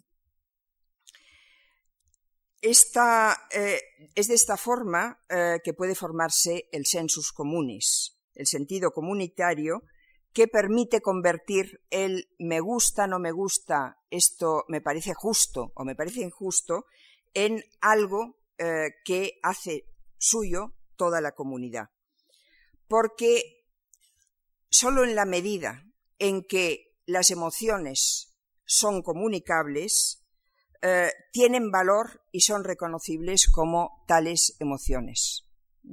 Esta, eh, es de esta forma eh, que puede formarse el sensus communis, el sentido comunitario que permite convertir el me gusta, no me gusta, esto me parece justo o me parece injusto, en algo eh, que hace suyo toda la comunidad. Porque solo en la medida en que las emociones son comunicables, eh, tienen valor y son reconocibles como tales emociones.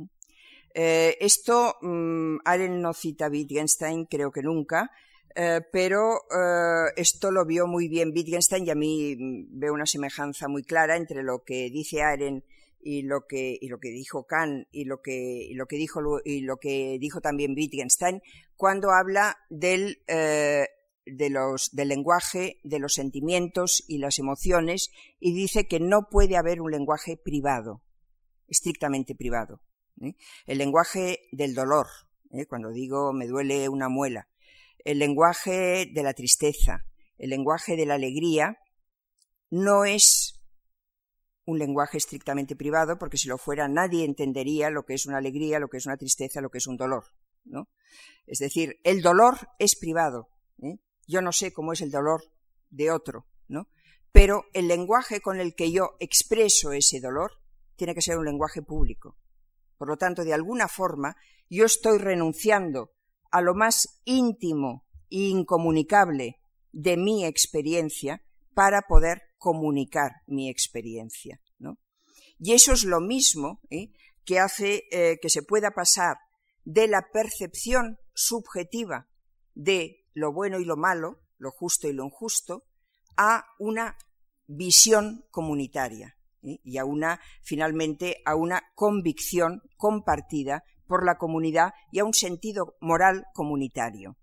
Eh, esto, um, Arendt no cita a Wittgenstein, creo que nunca, eh, pero eh, esto lo vio muy bien Wittgenstein y a mí veo una semejanza muy clara entre lo que dice Arendt y lo que, y lo que dijo Kant y lo que, y lo que dijo, y lo que dijo también Wittgenstein cuando habla del, eh, de los, del lenguaje, de los sentimientos y las emociones, y dice que no puede haber un lenguaje privado, estrictamente privado. ¿Eh? El lenguaje del dolor, ¿eh? Cuando digo me duele una muela, el lenguaje de la tristeza, el lenguaje de la alegría, no es un lenguaje estrictamente privado, porque si lo fuera nadie entendería lo que es una alegría, lo que es una tristeza, lo que es un dolor, ¿no? Es decir, el dolor es privado, ¿eh? Yo no sé cómo es el dolor de otro, ¿no? Pero el lenguaje con el que yo expreso ese dolor tiene que ser un lenguaje público. Por lo tanto, de alguna forma, yo estoy renunciando a lo más íntimo e incomunicable de mi experiencia para poder comunicar mi experiencia, ¿no? Y eso es lo mismo, ¿eh? que hace eh, que se pueda pasar de la percepción subjetiva de lo bueno y lo malo, lo justo y lo injusto, a una visión comunitaria. ¿Eh? y a una, finalmente, a una convicción compartida por la comunidad y a un sentido moral comunitario.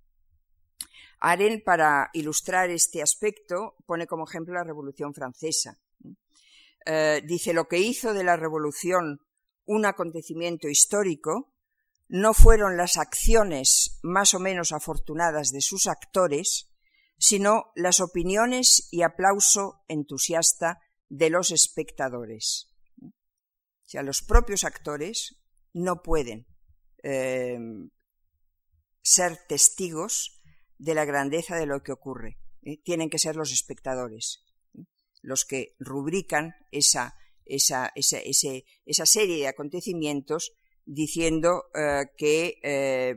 Arendt, para ilustrar este aspecto, pone como ejemplo la Revolución Francesa. Eh, dice, lo que hizo de la Revolución un acontecimiento histórico no fueron las acciones más o menos afortunadas de sus actores, sino las opiniones y aplauso entusiasta de los espectadores. O sea, los propios actores no pueden eh, ser testigos de la grandeza de lo que ocurre. ¿eh? Tienen que ser los espectadores, ¿eh? los que rubrican esa, esa, esa, ese, esa serie de acontecimientos diciendo eh, que eh,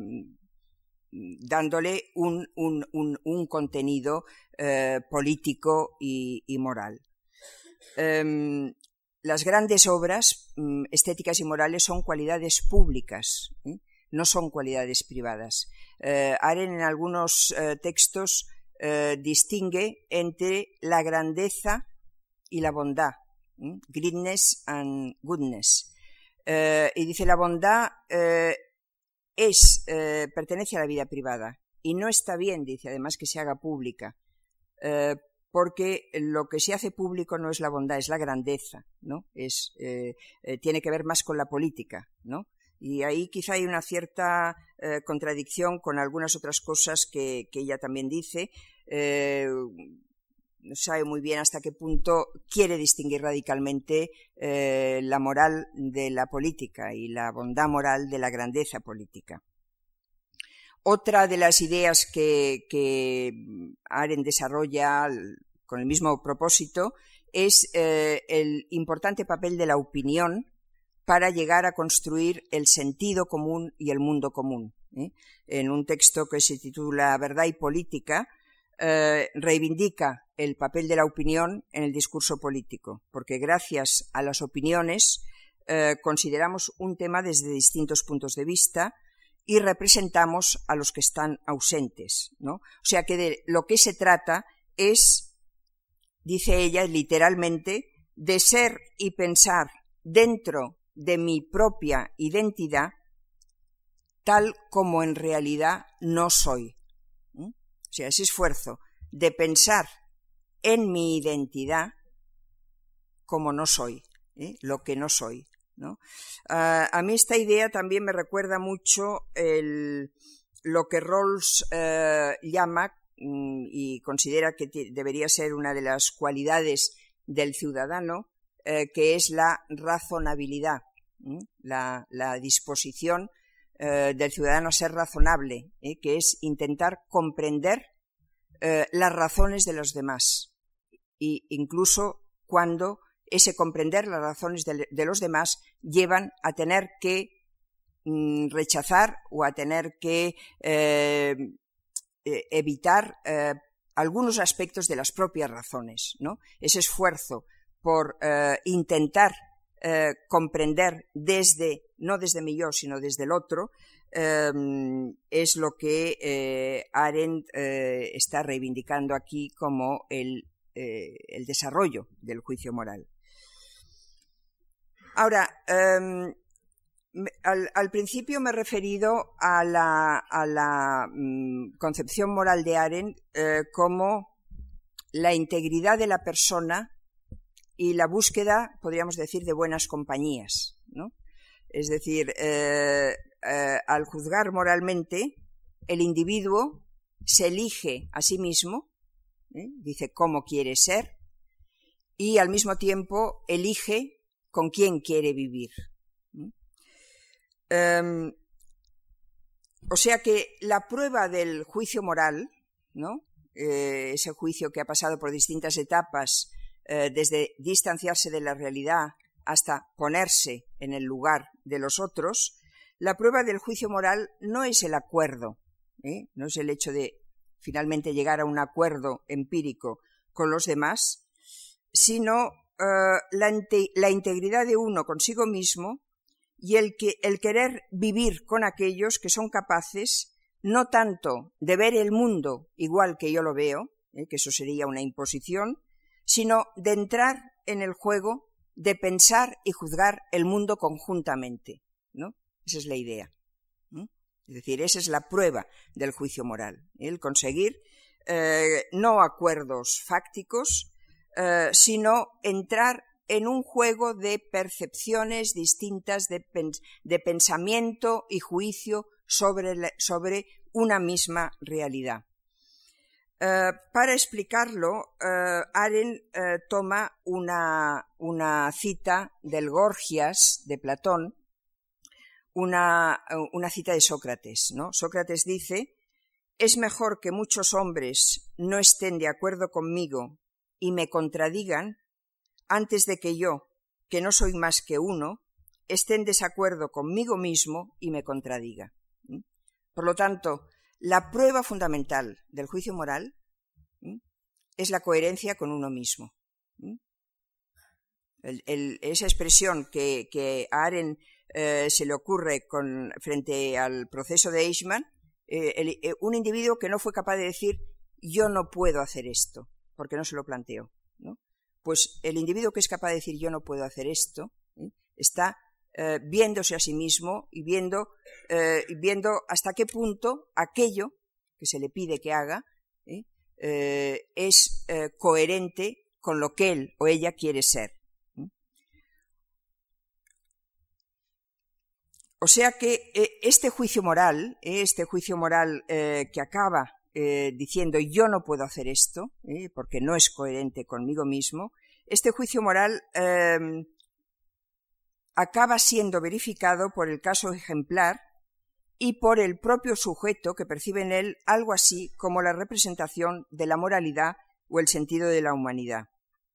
dándole un, un, un, un contenido eh, político y, y moral. Um, las grandes obras um, estéticas y morales son cualidades públicas, ¿eh? no son cualidades privadas. Uh, Arendt en algunos uh, textos uh, distingue entre la grandeza y la bondad, ¿eh? greatness and goodness. Uh, y dice la bondad uh, es, uh, pertenece a la vida privada y no está bien, dice además, que se haga pública. Uh, porque lo que se hace público no es la bondad, es la grandeza, ¿no? Es, eh, eh, tiene que ver más con la política, ¿no? Y ahí quizá hay una cierta eh, contradicción con algunas otras cosas que, que ella también dice. Eh, no sabe muy bien hasta qué punto quiere distinguir radicalmente eh, la moral de la política y la bondad moral de la grandeza política. Otra de las ideas que, que Arendt desarrolla con el mismo propósito es eh, el importante papel de la opinión para llegar a construir el sentido común y el mundo común. ¿eh? En un texto que se titula Verdad y Política, eh, reivindica el papel de la opinión en el discurso político, porque gracias a las opiniones eh, consideramos un tema desde distintos puntos de vista y representamos a los que están ausentes, ¿no? O sea que de lo que se trata es, dice ella literalmente, de ser y pensar dentro de mi propia identidad tal como en realidad no soy. ¿Mm? O sea, ese esfuerzo de pensar en mi identidad como no soy, ¿eh? Lo que no soy, ¿no? Uh, a mí esta idea también me recuerda mucho el, lo que Rawls uh, llama mm, y considera que debería ser una de las cualidades del ciudadano, uh, que es la razonabilidad, ¿eh? la, la disposición uh, del ciudadano a ser razonable, ¿eh? que es intentar comprender uh, las razones de los demás, e incluso cuando ese comprender las razones de, de los demás llevan a tener que mm, rechazar o a tener que eh, eh, evitar eh, algunos aspectos de las propias razones, ¿no? Ese esfuerzo por eh, intentar eh, comprender desde, no desde mi yo, sino desde el otro, eh, es lo que eh, Arendt eh, está reivindicando aquí como el, eh, el desarrollo del juicio moral. Ahora, eh, al, al principio me he referido a la, a la mm, concepción moral de Arendt eh, como la integridad de la persona y la búsqueda, podríamos decir, de buenas compañías, ¿no? Es decir, eh, eh, al juzgar moralmente, el individuo se elige a sí mismo, ¿eh? dice cómo quiere ser, y al mismo tiempo elige con quién quiere vivir. Um, o sea que la prueba del juicio moral, ¿no? Eh, ese juicio que ha pasado por distintas etapas, eh, desde distanciarse de la realidad hasta ponerse en el lugar de los otros, la prueba del juicio moral no es el acuerdo, ¿eh? no es el hecho de finalmente llegar a un acuerdo empírico con los demás, sino Uh, la, la integridad de uno consigo mismo y el, que, el querer vivir con aquellos que son capaces no tanto de ver el mundo igual que yo lo veo, eh, que eso sería una imposición, sino de entrar en el juego de pensar y juzgar el mundo conjuntamente, ¿no? Esa es la idea, ¿no? Es decir, esa es la prueba del juicio moral, ¿eh? el conseguir eh, no acuerdos fácticos, Uh, sino entrar en un juego de percepciones distintas, de, pens de pensamiento y juicio sobre, la, sobre una misma realidad. Uh, para explicarlo, uh, Arendt uh, toma una, una cita del Gorgias de Platón, una, una cita de Sócrates, ¿no? Sócrates dice: «Es mejor que muchos hombres no estén de acuerdo conmigo y me contradigan, antes de que yo, que no soy más que uno, esté en desacuerdo conmigo mismo y me contradiga». ¿Mm? Por lo tanto, la prueba fundamental del juicio moral ¿Mm? es la coherencia con uno mismo. ¿Mm? El, el, esa expresión que, que a Arendt eh, se le ocurre con, frente al proceso de Eichmann, eh, el, eh, un individuo que no fue capaz de decir «yo no puedo hacer esto», porque no se lo planteó, ¿no? Pues el individuo que es capaz de decir yo no puedo hacer esto, ¿eh? está eh, viéndose a sí mismo y viendo, eh, viendo hasta qué punto aquello que se le pide que haga ¿eh? Eh, es eh, coherente con lo que él o ella quiere ser. ¿eh? O sea que eh, este juicio moral, eh, este juicio moral eh, que acaba Eh, diciendo yo no puedo hacer esto, eh, porque no es coherente conmigo mismo, este juicio moral eh, acaba siendo verificado por el caso ejemplar y por el propio sujeto que percibe en él algo así como la representación de la moralidad o el sentido de la humanidad.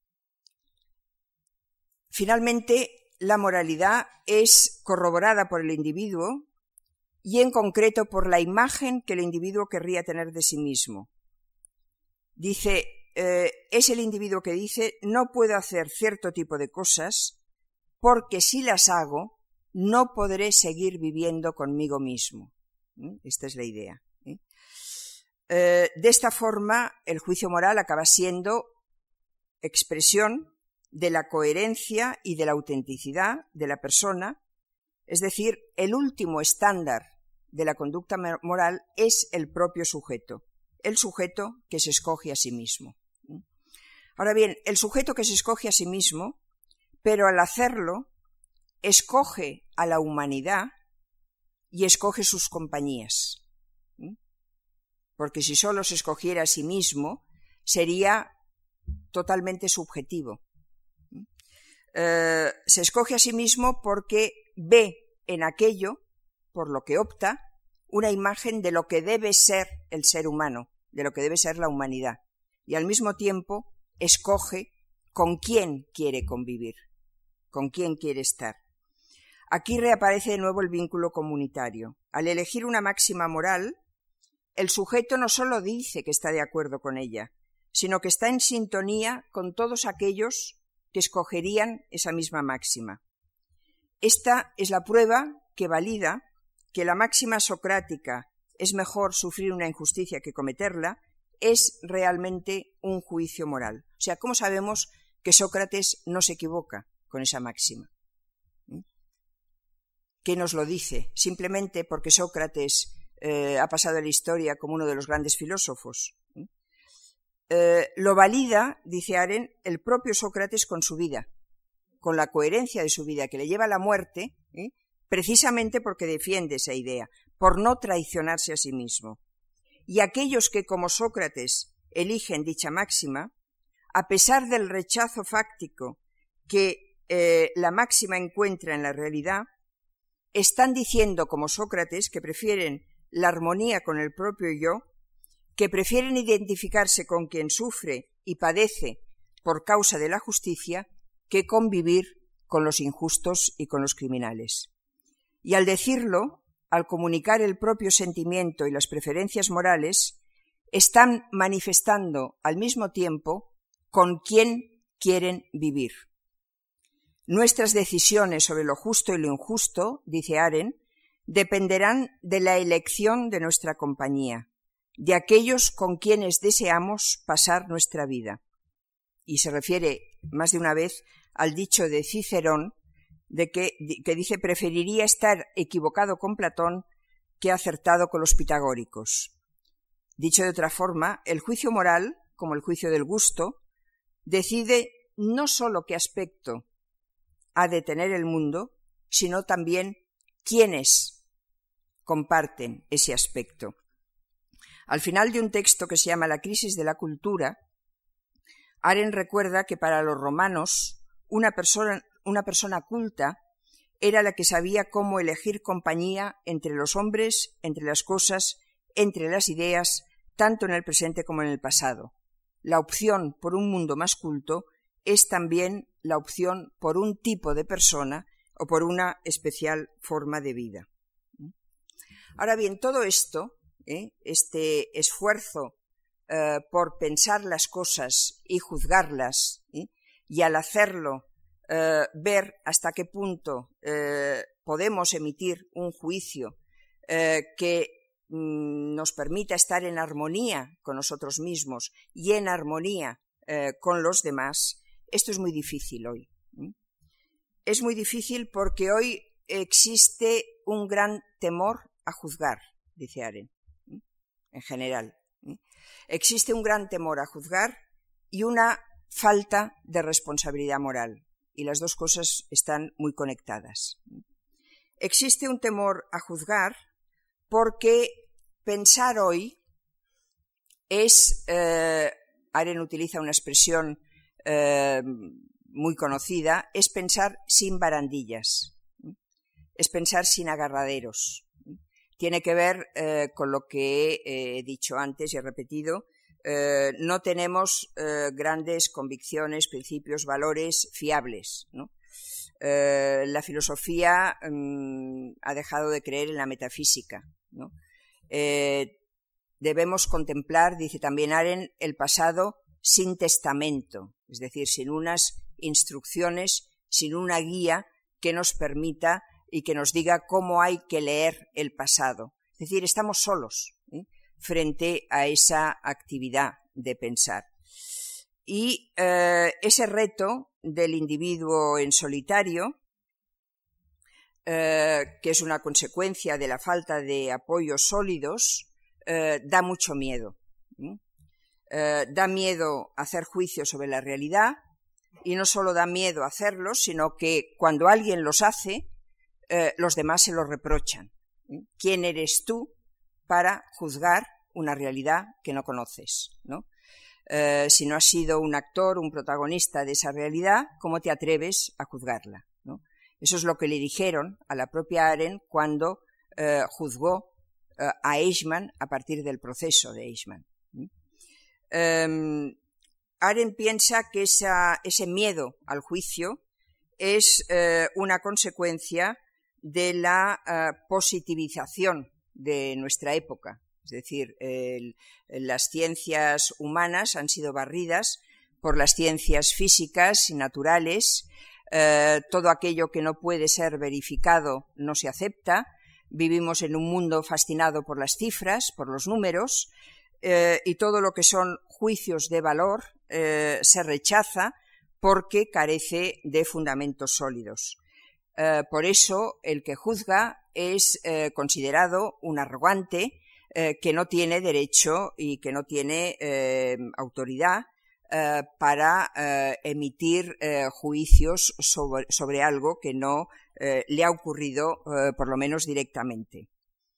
Finalmente, la moralidad es corroborada por el individuo y en concreto por la imagen que el individuo querría tener de sí mismo. Dice, eh, es el individuo que dice, no puedo hacer cierto tipo de cosas porque si las hago, no podré seguir viviendo conmigo mismo. ¿Mm? Esta es la idea. ¿eh? Eh, de esta forma, el juicio moral acaba siendo expresión de la coherencia y de la autenticidad de la persona, es decir, el último estándar de la conducta moral es el propio sujeto, el sujeto que se escoge a sí mismo. Ahora bien, el sujeto que se escoge a sí mismo, pero al hacerlo, escoge a la humanidad y escoge sus compañías. Porque si solo se escogiera a sí mismo, sería totalmente subjetivo. Eh, se escoge a sí mismo porque ve en aquello, por lo que opta, una imagen de lo que debe ser el ser humano, de lo que debe ser la humanidad, y al mismo tiempo escoge con quién quiere convivir, con quién quiere estar. Aquí reaparece de nuevo el vínculo comunitario. Al elegir una máxima moral, el sujeto no solo dice que está de acuerdo con ella, sino que está en sintonía con todos aquellos que escogerían esa misma máxima. Esta es la prueba que valida que la máxima socrática es mejor sufrir una injusticia que cometerla, es realmente un juicio moral. O sea, ¿cómo sabemos que Sócrates no se equivoca con esa máxima? ¿Qué nos lo dice? Simplemente porque Sócrates eh, ha pasado en la historia como uno de los grandes filósofos. Eh, lo valida, dice Arendt, el propio Sócrates con su vida, con la coherencia de su vida, que le lleva a la muerte, ¿eh? precisamente porque defiende esa idea, por no traicionarse a sí mismo. Y aquellos que, como Sócrates, eligen dicha máxima, a pesar del rechazo fáctico que eh, la máxima encuentra en la realidad, están diciendo, como Sócrates, que prefieren la armonía con el propio yo, que prefieren identificarse con quien sufre y padece por causa de la justicia, que convivir con los injustos y con los criminales. Y al decirlo, al comunicar el propio sentimiento y las preferencias morales, están manifestando al mismo tiempo con quién quieren vivir. Nuestras decisiones sobre lo justo y lo injusto, dice Arendt, dependerán de la elección de nuestra compañía, de aquellos con quienes deseamos pasar nuestra vida. Y se refiere más de una vez al dicho de Cicerón, de que, que dice preferiría estar equivocado con Platón que acertado con los pitagóricos. Dicho de otra forma, el juicio moral, como el juicio del gusto, decide no sólo qué aspecto ha de tener el mundo, sino también quiénes comparten ese aspecto. Al final de un texto que se llama La crisis de la cultura, Arendt recuerda que para los romanos una persona, una persona culta era la que sabía cómo elegir compañía entre los hombres, entre las cosas, entre las ideas, tanto en el presente como en el pasado. La opción por un mundo más culto es también la opción por un tipo de persona o por una especial forma de vida. Ahora bien, todo esto, ¿eh? este esfuerzo eh, por pensar las cosas y juzgarlas, ¿eh? y al hacerlo eh, ver hasta qué punto eh, podemos emitir un juicio eh, que mm, nos permita estar en armonía con nosotros mismos y en armonía eh, con los demás, esto es muy difícil hoy. ¿eh? Es muy difícil porque hoy existe un gran temor a juzgar, dice Arendt, ¿eh? en general. ¿eh? Existe un gran temor a juzgar y una falta de responsabilidad moral, y las dos cosas están muy conectadas. Existe un temor a juzgar porque pensar hoy es, eh, Arendt utiliza una expresión eh, muy conocida, es pensar sin barandillas, es pensar sin agarraderos. Tiene que ver eh, con lo que he dicho antes y he repetido. Eh, no tenemos eh, grandes convicciones, principios, valores fiables, ¿no? Eh, la filosofía mmm, ha dejado de creer en la metafísica, ¿no? Eh, debemos contemplar, dice también Arendt, el pasado sin testamento, es decir, sin unas instrucciones sin una guía que nos permita y que nos diga cómo hay que leer el pasado. Es decir, estamos solos, ¿eh?, frente a esa actividad de pensar. Y eh, ese reto del individuo en solitario, eh, que es una consecuencia de la falta de apoyos sólidos, eh, da mucho miedo. ¿eh? Eh, da miedo hacer juicios sobre la realidad, y no solo da miedo hacerlos, sino que cuando alguien los hace, eh, los demás se los reprochan. ¿eh? ¿Quién eres tú para juzgar una realidad que no conoces, ¿no? Eh, si no has sido un actor, un protagonista de esa realidad, ¿cómo te atreves a juzgarla, ¿no? Eso es lo que le dijeron a la propia Arendt cuando eh, juzgó eh, a Eichmann a partir del proceso de Eichmann. Eh, Arendt piensa que esa, ese miedo al juicio es eh, una consecuencia de la eh, positivización de nuestra época. Es decir, el, las ciencias humanas han sido barridas por las ciencias físicas y naturales. Eh, todo aquello que no puede ser verificado no se acepta. Vivimos en un mundo fascinado por las cifras, por los números, eh, y todo lo que son juicios de valor eh, se rechaza porque carece de fundamentos sólidos. Eh, por eso, el que juzga es eh, considerado un arrogante, Eh, que no tiene derecho y que no tiene eh, autoridad eh, para eh, emitir eh, juicios sobre, sobre algo que no eh, le ha ocurrido, eh, por lo menos directamente.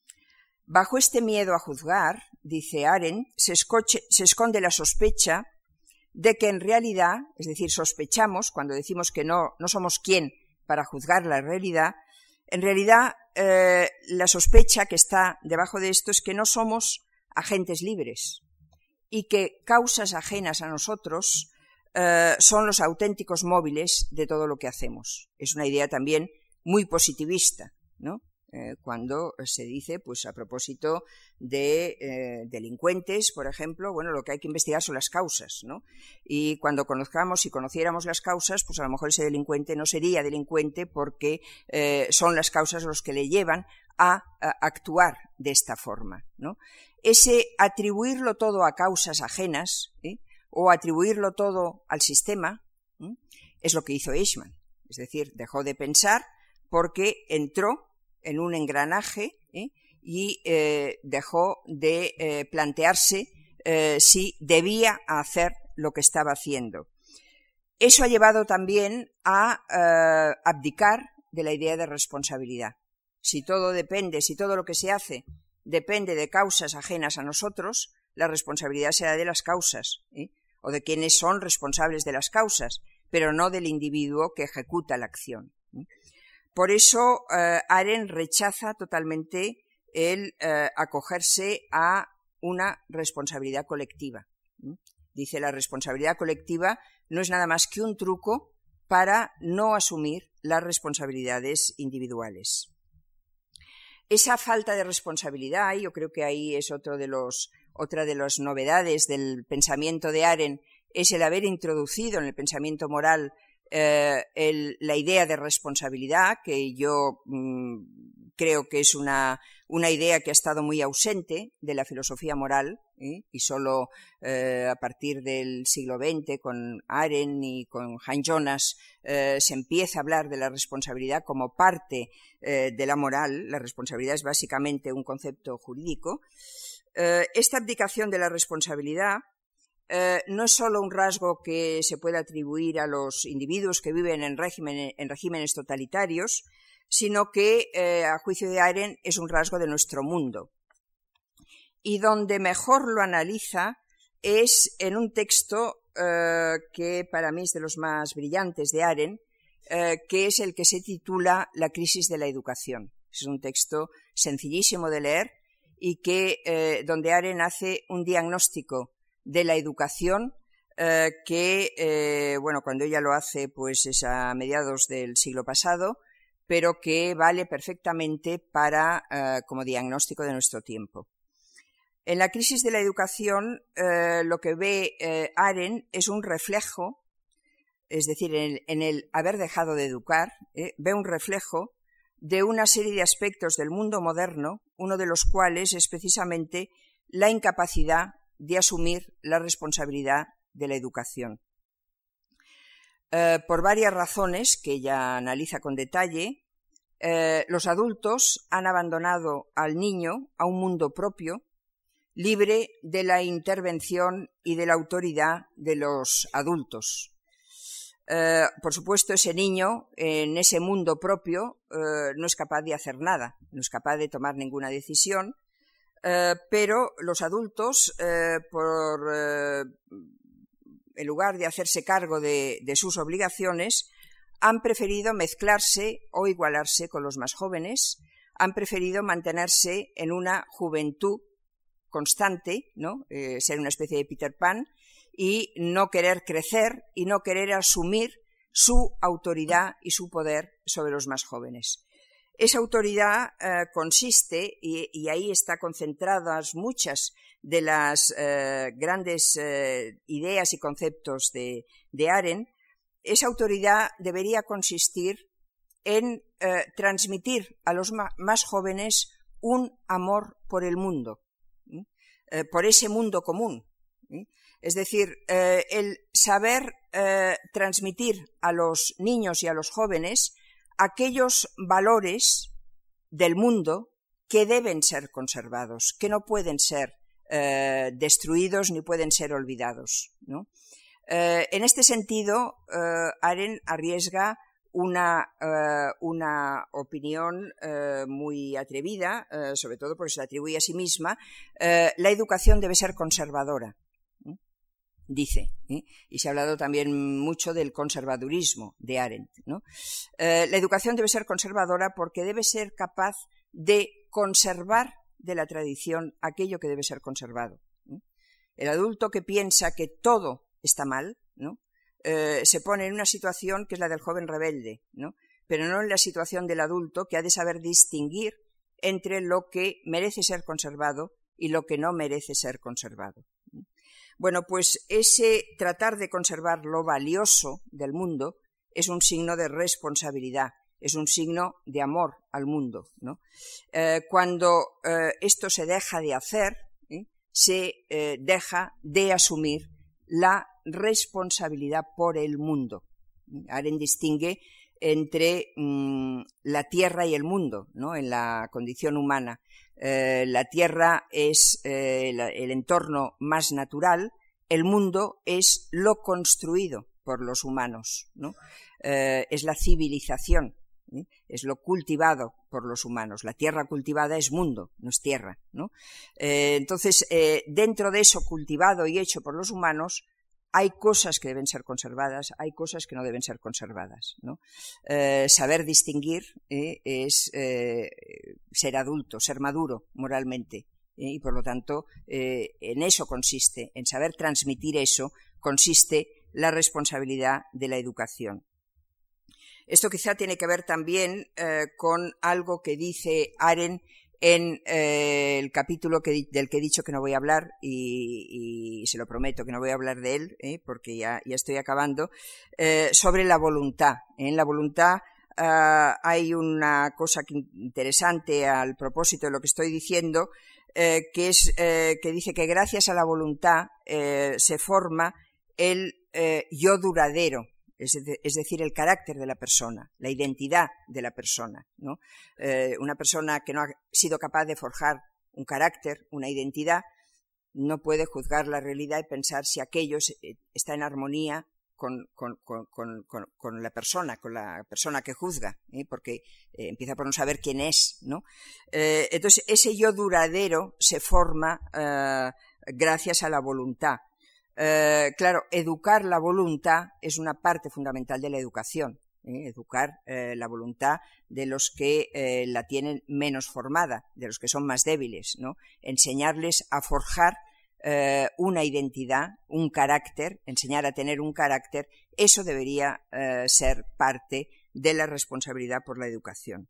Bajo este miedo a juzgar, dice Arendt, se, escoche, se esconde la sospecha de que en realidad, es decir, sospechamos, cuando decimos que no, no somos quien para juzgar la realidad, en realidad eh, la sospecha que está debajo de esto es que no somos agentes libres y que causas ajenas a nosotros eh, son los auténticos móviles de todo lo que hacemos. Es una idea también muy positivista, ¿no? Eh, cuando se dice, pues a propósito de eh, delincuentes, por ejemplo, bueno, lo que hay que investigar son las causas, ¿no? Y cuando conozcamos y conociéramos las causas, pues a lo mejor ese delincuente no sería delincuente porque eh, son las causas los que le llevan a, a actuar de esta forma, ¿no? Ese atribuirlo todo a causas ajenas, ¿eh?, o atribuirlo todo al sistema, ¿eh?, es lo que hizo Eichmann. Es decir, dejó de pensar porque entró en un engranaje ¿eh? y eh, dejó de eh, plantearse eh, si debía hacer lo que estaba haciendo. Eso ha llevado también a eh, abdicar de la idea de responsabilidad. Si todo depende, si todo lo que se hace depende de causas ajenas a nosotros, la responsabilidad será de las causas, ¿eh? o de quienes son responsables de las causas, pero no del individuo que ejecuta la acción, ¿eh? Por eso, eh, Arendt rechaza totalmente el eh, acogerse a una responsabilidad colectiva. ¿Mm? Dice, la responsabilidad colectiva no es nada más que un truco para no asumir las responsabilidades individuales. Esa falta de responsabilidad, y yo creo que ahí es otro de los, otra de las novedades del pensamiento de Arendt, es el haber introducido en el pensamiento moral Eh, el, la idea de responsabilidad, que yo mmm, creo que es una, una idea que ha estado muy ausente de la filosofía moral, ¿eh? y solo eh, a partir del siglo veinte con Arendt y con Hans Jonas eh, se empieza a hablar de la responsabilidad como parte eh, de la moral. La responsabilidad es básicamente un concepto jurídico. Eh, esta abdicación de la responsabilidad Eh, no es solo un rasgo que se puede atribuir a los individuos que viven en, régimen, en regímenes totalitarios, sino que, eh, a juicio de Arendt, es un rasgo de nuestro mundo. Y donde mejor lo analiza es en un texto eh, que para mí es de los más brillantes de Arendt, eh, que es el que se titula La crisis de la educación. Es un texto sencillísimo de leer y que, eh, donde Arendt hace un diagnóstico de la educación eh, que, eh, bueno, cuando ella lo hace, pues es a mediados del siglo pasado, pero que vale perfectamente para, eh, como diagnóstico de nuestro tiempo. En la crisis de la educación, eh, lo que ve eh, Arendt es un reflejo es decir, en el, en el haber dejado de educar, eh, ve un reflejo de una serie de aspectos del mundo moderno, uno de los cuales es precisamente la incapacidad de asumir la responsabilidad de la educación. Eh, por varias razones que ella analiza con detalle, eh, los adultos han abandonado al niño a un mundo propio, libre de la intervención y de la autoridad de los adultos. Eh, por supuesto, ese niño, en ese mundo propio, eh, no es capaz de hacer nada, no es capaz de tomar ninguna decisión, eh, pero los adultos, eh, por, eh, en lugar de hacerse cargo de, de sus obligaciones, han preferido mezclarse o igualarse con los más jóvenes, han preferido mantenerse en una juventud constante, ¿no? Eh, ser una especie de Peter Pan, y no querer crecer y no querer asumir su autoridad y su poder sobre los más jóvenes. Esa autoridad eh, consiste, y, y ahí está concentradas muchas de las eh, grandes eh, ideas y conceptos de, de Arendt, esa autoridad debería consistir en eh, transmitir a los ma- más jóvenes un amor por el mundo, ¿sí? eh, por ese mundo común. ¿Sí? Es decir, eh, el saber eh, transmitir a los niños y a los jóvenes aquellos valores del mundo que deben ser conservados, que no pueden ser eh, destruidos ni pueden ser olvidados, ¿no? Eh, en este sentido, eh, Arendt arriesga una, eh, una opinión eh, muy atrevida, eh, sobre todo porque se la atribuye a sí misma. Eh, la educación debe ser conservadora, ¿eh? Dice, ¿eh? Y se ha hablado también mucho del conservadurismo de Arendt, ¿no? Eh, la educación debe ser conservadora porque debe ser capaz de conservar de la tradición aquello que debe ser conservado, ¿eh? El adulto que piensa que todo está mal, ¿no? Eh, se pone en una situación que es la del joven rebelde, ¿no? Pero no en la situación del adulto que ha de saber distinguir entre lo que merece ser conservado y lo que no merece ser conservado. Bueno, pues ese tratar de conservar lo valioso del mundo es un signo de responsabilidad, es un signo de amor al mundo, ¿no? Eh, cuando eh, esto se deja de hacer, ¿eh? se eh, deja de asumir la responsabilidad por el mundo. Arendt distingue entre mmm, la tierra y el mundo, ¿no? En la condición humana. Eh, la tierra es eh, la, el entorno más natural, el mundo es lo construido por los humanos, ¿no? Eh, es la civilización, ¿eh? Es lo cultivado por los humanos. La tierra cultivada es mundo, no es tierra, ¿no? Eh, entonces, eh, dentro de eso cultivado y hecho por los humanos, hay cosas que deben ser conservadas, hay cosas que no deben ser conservadas, ¿no? Eh, saber distinguir eh, es eh, ser adulto, ser maduro moralmente, eh, y por lo tanto eh, en eso consiste, en saber transmitir eso, consiste la responsabilidad de la educación. Esto quizá tiene que ver también eh, con algo que dice Arendt en eh, el capítulo que, del que he dicho que no voy a hablar, y, y se lo prometo que no voy a hablar de él, eh, porque ya, ya estoy acabando, eh, sobre la voluntad. En la voluntad eh, hay una cosa interesante al propósito de lo que estoy diciendo, eh, que es eh, que dice que gracias a la voluntad eh, se forma el eh, yo duradero. Es, de, es decir, el carácter de la persona, la identidad de la persona, ¿no? Eh, una persona que no ha sido capaz de forjar un carácter, una identidad, no puede juzgar la realidad y pensar si aquello está en armonía con, con, con, con, con la persona, con la persona que juzga, ¿eh? Porque eh, empieza por no saber quién es, ¿no? Eh, entonces, ese yo duradero se forma eh, gracias a la voluntad. Eh, claro, educar la voluntad es una parte fundamental de la educación, ¿eh? Educar eh, la voluntad de los que eh, la tienen menos formada, de los que son más débiles, ¿no? Enseñarles a forjar eh, una identidad, un carácter, enseñar a tener un carácter, eso debería eh, ser parte de la responsabilidad por la educación.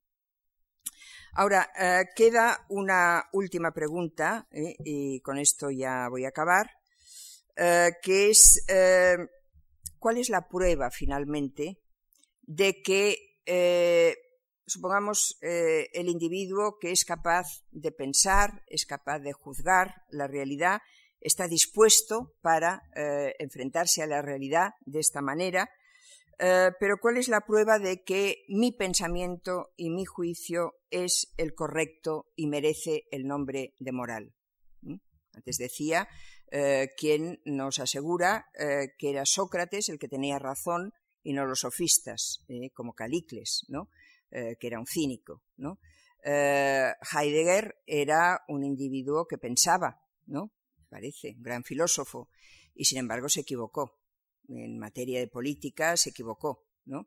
Ahora, eh, queda una última pregunta, ¿eh? Y con esto ya voy a acabar. Uh, que es uh, ¿cuál es la prueba finalmente de que, eh, supongamos, eh, el individuo que es capaz de pensar, es capaz de juzgar la realidad, está dispuesto para eh, enfrentarse a la realidad de esta manera, eh, pero ¿cuál es la prueba de que mi pensamiento y mi juicio es el correcto y merece el nombre de moral? ¿Mm? Antes decía eh, quien nos asegura eh, que era Sócrates el que tenía razón y no los sofistas, eh, como Calicles, ¿no? eh, que era un cínico, ¿no? Eh, Heidegger era un individuo que pensaba, ¿no? Parece, un gran filósofo, y sin embargo se equivocó. En materia de política se equivocó, ¿no?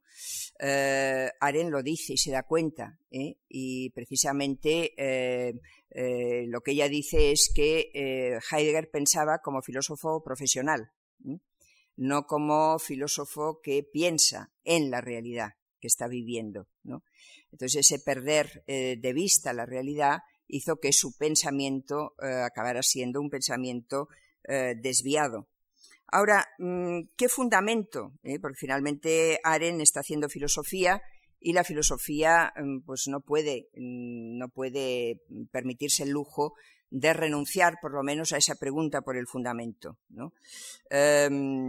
Eh, Arendt lo dice y se da cuenta, ¿eh? y precisamente eh, eh, lo que ella dice es que eh, Heidegger pensaba como filósofo profesional, ¿eh? no como filósofo que piensa en la realidad que está viviendo, ¿no? Entonces ese perder eh, de vista la realidad hizo que su pensamiento eh, acabara siendo un pensamiento eh, desviado. Ahora, ¿qué fundamento? ¿Eh? Porque finalmente Arendt está haciendo filosofía y la filosofía pues no puede, no puede permitirse el lujo de renunciar por lo menos a esa pregunta por el fundamento, ¿no? Eh,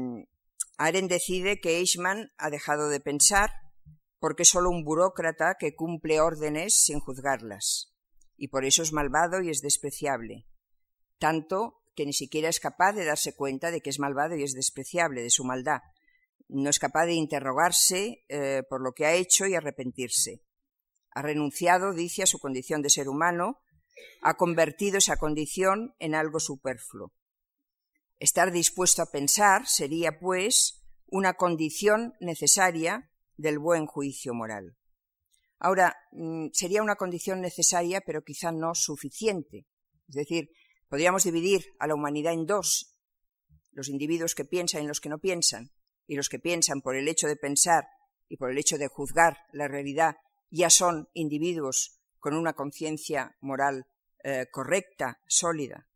Arendt decide que Eichmann ha dejado de pensar porque es solo un burócrata que cumple órdenes sin juzgarlas y por eso es malvado y es despreciable, tanto que ni siquiera es capaz de darse cuenta de que es malvado y es despreciable, de su maldad. No es capaz de interrogarse eh, por lo que ha hecho y arrepentirse. Ha renunciado, dice, a su condición de ser humano, ha convertido esa condición en algo superfluo. Estar dispuesto a pensar sería, pues, una condición necesaria del buen juicio moral. Ahora, sería una condición necesaria, pero quizá no suficiente. Es decir, podríamos dividir a la humanidad en dos, los individuos que piensan y los que no piensan, y los que piensan por el hecho de pensar y por el hecho de juzgar la realidad ya son individuos con una conciencia moral eh, correcta, sólida.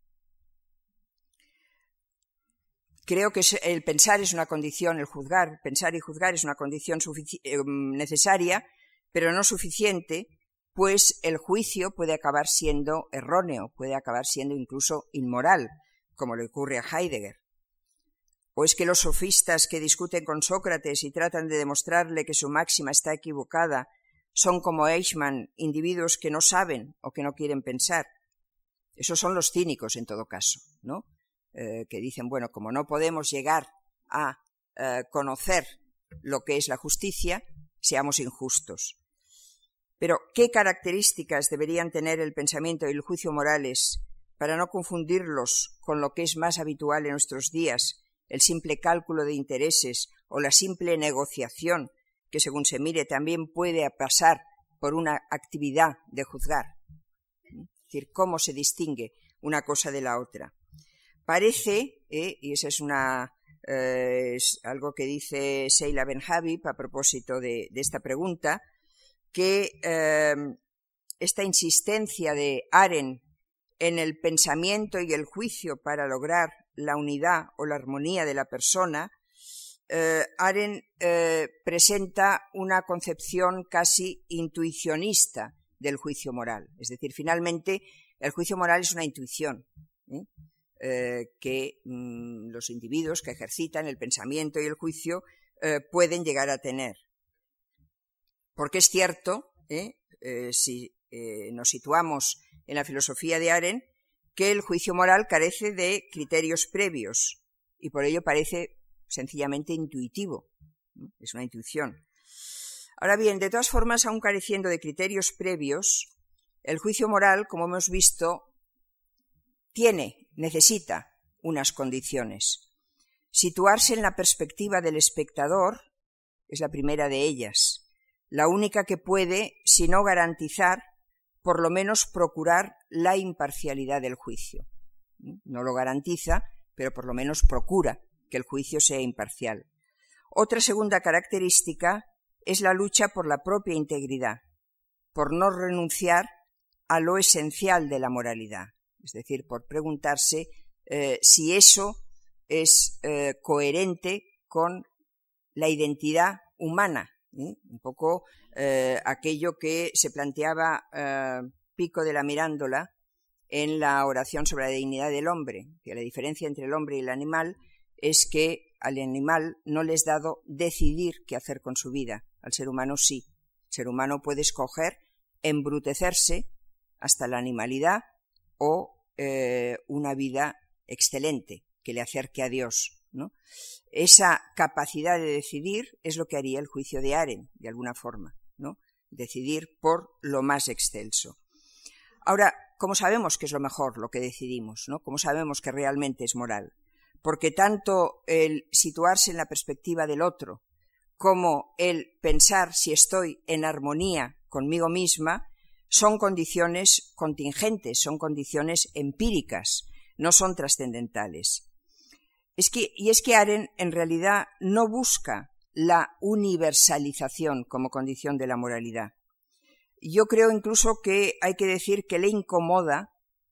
Creo que el pensar es una condición, el juzgar, pensar y juzgar es una condición eh, necesaria, pero no suficiente, pues el juicio puede acabar siendo erróneo, puede acabar siendo incluso inmoral, como le ocurre a Heidegger. ¿O es que los sofistas que discuten con Sócrates y tratan de demostrarle que su máxima está equivocada son como Eichmann, individuos que no saben o que no quieren pensar? Esos son los cínicos en todo caso, ¿no? Eh, que dicen, bueno, como no podemos llegar a eh, conocer lo que es la justicia, seamos injustos. Pero, ¿qué características deberían tener el pensamiento y el juicio morales para no confundirlos con lo que es más habitual en nuestros días, el simple cálculo de intereses o la simple negociación, que según se mire también puede pasar por una actividad de juzgar? Es decir, ¿cómo se distingue una cosa de la otra? Parece, eh, y eso es, una, eh, es algo que dice Sheila Ben-Habib a propósito de, de esta pregunta, que eh, esta insistencia de Arendt en el pensamiento y el juicio para lograr la unidad o la armonía de la persona, eh, Arendt eh, presenta una concepción casi intuicionista del juicio moral. Es decir, finalmente el juicio moral es una intuición, ¿eh? Eh, que mmm, los individuos que ejercitan el pensamiento y el juicio eh, pueden llegar a tener. Porque es cierto, ¿eh? Eh, si eh, nos situamos en la filosofía de Arendt, que el juicio moral carece de criterios previos y por ello parece sencillamente intuitivo, ¿no? Es una intuición. Ahora bien, de todas formas, aun careciendo de criterios previos, el juicio moral, como hemos visto, tiene, necesita unas condiciones. Situarse en la perspectiva del espectador es la primera de ellas, la única que puede, si no garantizar, por lo menos procurar la imparcialidad del juicio. No lo garantiza, pero por lo menos procura que el juicio sea imparcial. Otra segunda característica es la lucha por la propia integridad, por no renunciar a lo esencial de la moralidad, es decir, por preguntarse eh, si eso es eh, coherente con la identidad humana, ¿eh? Un poco eh, aquello que se planteaba eh, Pico de la Mirándola en la oración sobre la dignidad del hombre, que la diferencia entre el hombre y el animal es que al animal no le es dado decidir qué hacer con su vida, al ser humano sí. El ser humano puede escoger embrutecerse hasta la animalidad o eh, una vida excelente que le acerque a Dios, ¿no? Esa capacidad de decidir es lo que haría el juicio de Arendt, de alguna forma, ¿no? Decidir por lo más excelso. Ahora, ¿cómo sabemos que es lo mejor lo que decidimos, ¿no? ¿Cómo sabemos que realmente es moral? Porque tanto el situarse en la perspectiva del otro como el pensar si estoy en armonía conmigo misma son condiciones contingentes, son condiciones empíricas, no son trascendentales. Es que, y es que Arendt en realidad no busca la universalización como condición de la moralidad. Yo creo incluso que hay que decir que le incomoda,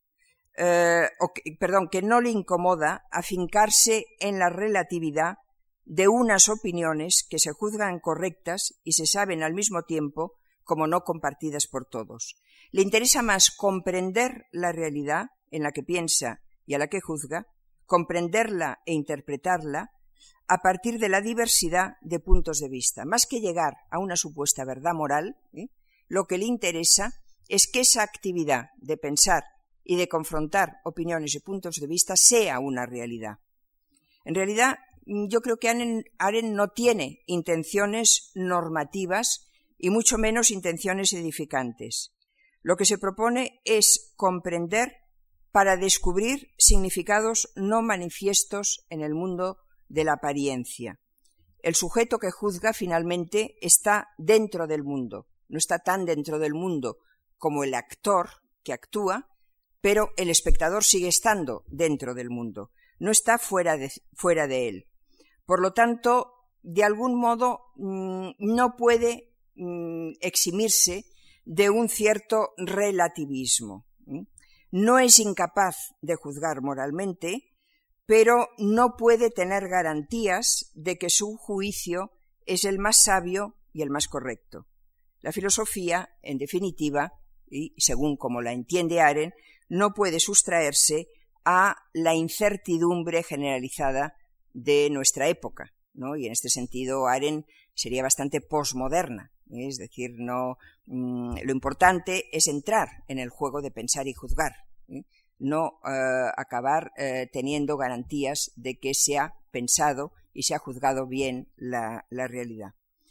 eh, o que, perdón, que no le incomoda afincarse en la relatividad de unas opiniones que se juzgan correctas y se saben al mismo tiempo como no compartidas por todos. Le interesa más comprender la realidad en la que piensa y a la que juzga, comprenderla e interpretarla a partir de la diversidad de puntos de vista. Más que llegar a una supuesta verdad moral, ¿eh? Lo que le interesa es que esa actividad de pensar y de confrontar opiniones y puntos de vista sea una realidad. En realidad, yo creo que Arendt no tiene intenciones normativas y mucho menos intenciones edificantes. Lo que se propone es comprender para descubrir significados no manifiestos en el mundo de la apariencia. El sujeto que juzga finalmente está dentro del mundo, no está tan dentro del mundo como el actor que actúa, pero el espectador sigue estando dentro del mundo, no está fuera de, fuera de él. Por lo tanto, de algún modo mmm, no puede mmm, eximirse de un cierto relativismo. ¿sí? No es incapaz de juzgar moralmente, pero no puede tener garantías de que su juicio es el más sabio y el más correcto. La filosofía, en definitiva, y según como la entiende Arendt, no puede sustraerse a la incertidumbre generalizada de nuestra época, ¿no? Y en este sentido Arendt sería bastante posmoderna, ¿eh? Es decir, no, mmm, lo importante es entrar en el juego de pensar y juzgar, ¿eh? no eh, acabar eh, teniendo garantías de que se ha pensado y se ha juzgado bien la, la realidad.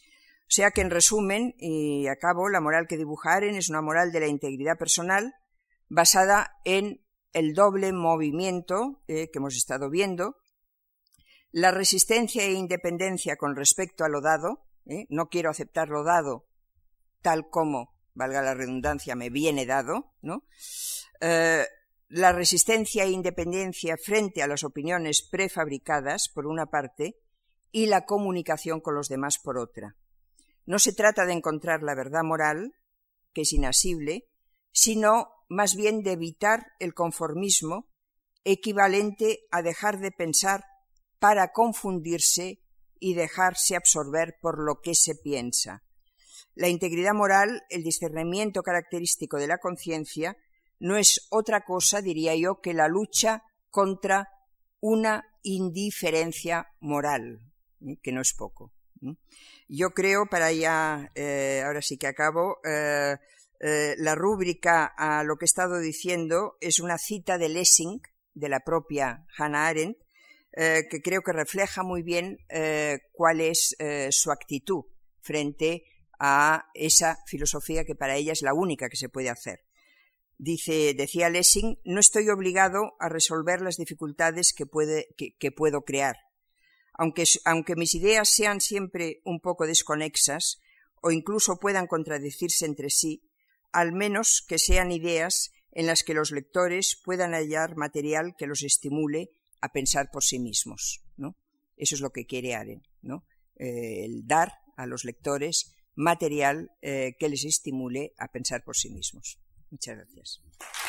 O sea que, en resumen, y acabo, la moral que dibuja Arendt es una moral de la integridad personal basada en el doble movimiento eh, que hemos estado viendo, la resistencia e independencia con respecto a lo dado, ¿eh? no quiero aceptar lo dado tal como, valga la redundancia, me viene dado, ¿no? Eh, la resistencia e independencia frente a las opiniones prefabricadas, por una parte, y la comunicación con los demás, por otra. No se trata de encontrar la verdad moral, que es inasible, sino más bien de evitar el conformismo, equivalente a dejar de pensar para confundirse y dejarse absorber por lo que se piensa. La integridad moral, el discernimiento característico de la conciencia, no es otra cosa, diría yo, que la lucha contra una indiferencia moral, ¿eh? que no es poco. ¿eh? Yo creo, para ya, eh, ahora sí que acabo, eh, eh, la rúbrica a lo que he estado diciendo es una cita de Lessing, de la propia Hannah Arendt, eh, que creo que refleja muy bien eh, cuál es eh, su actitud frente a esa filosofía que para ella es la única que se puede hacer. Dice, decía Lessing, no estoy obligado a resolver las dificultades que, puede, que, que puedo crear. Aunque, aunque mis ideas sean siempre un poco desconexas o incluso puedan contradecirse entre sí, al menos que sean ideas en las que los lectores puedan hallar material que los estimule a pensar por sí mismos, ¿no? Eso es lo que quiere Arendt, ¿no? Eh, el dar a los lectores material eh, que les estimule a pensar por sí mismos. Muchas gracias.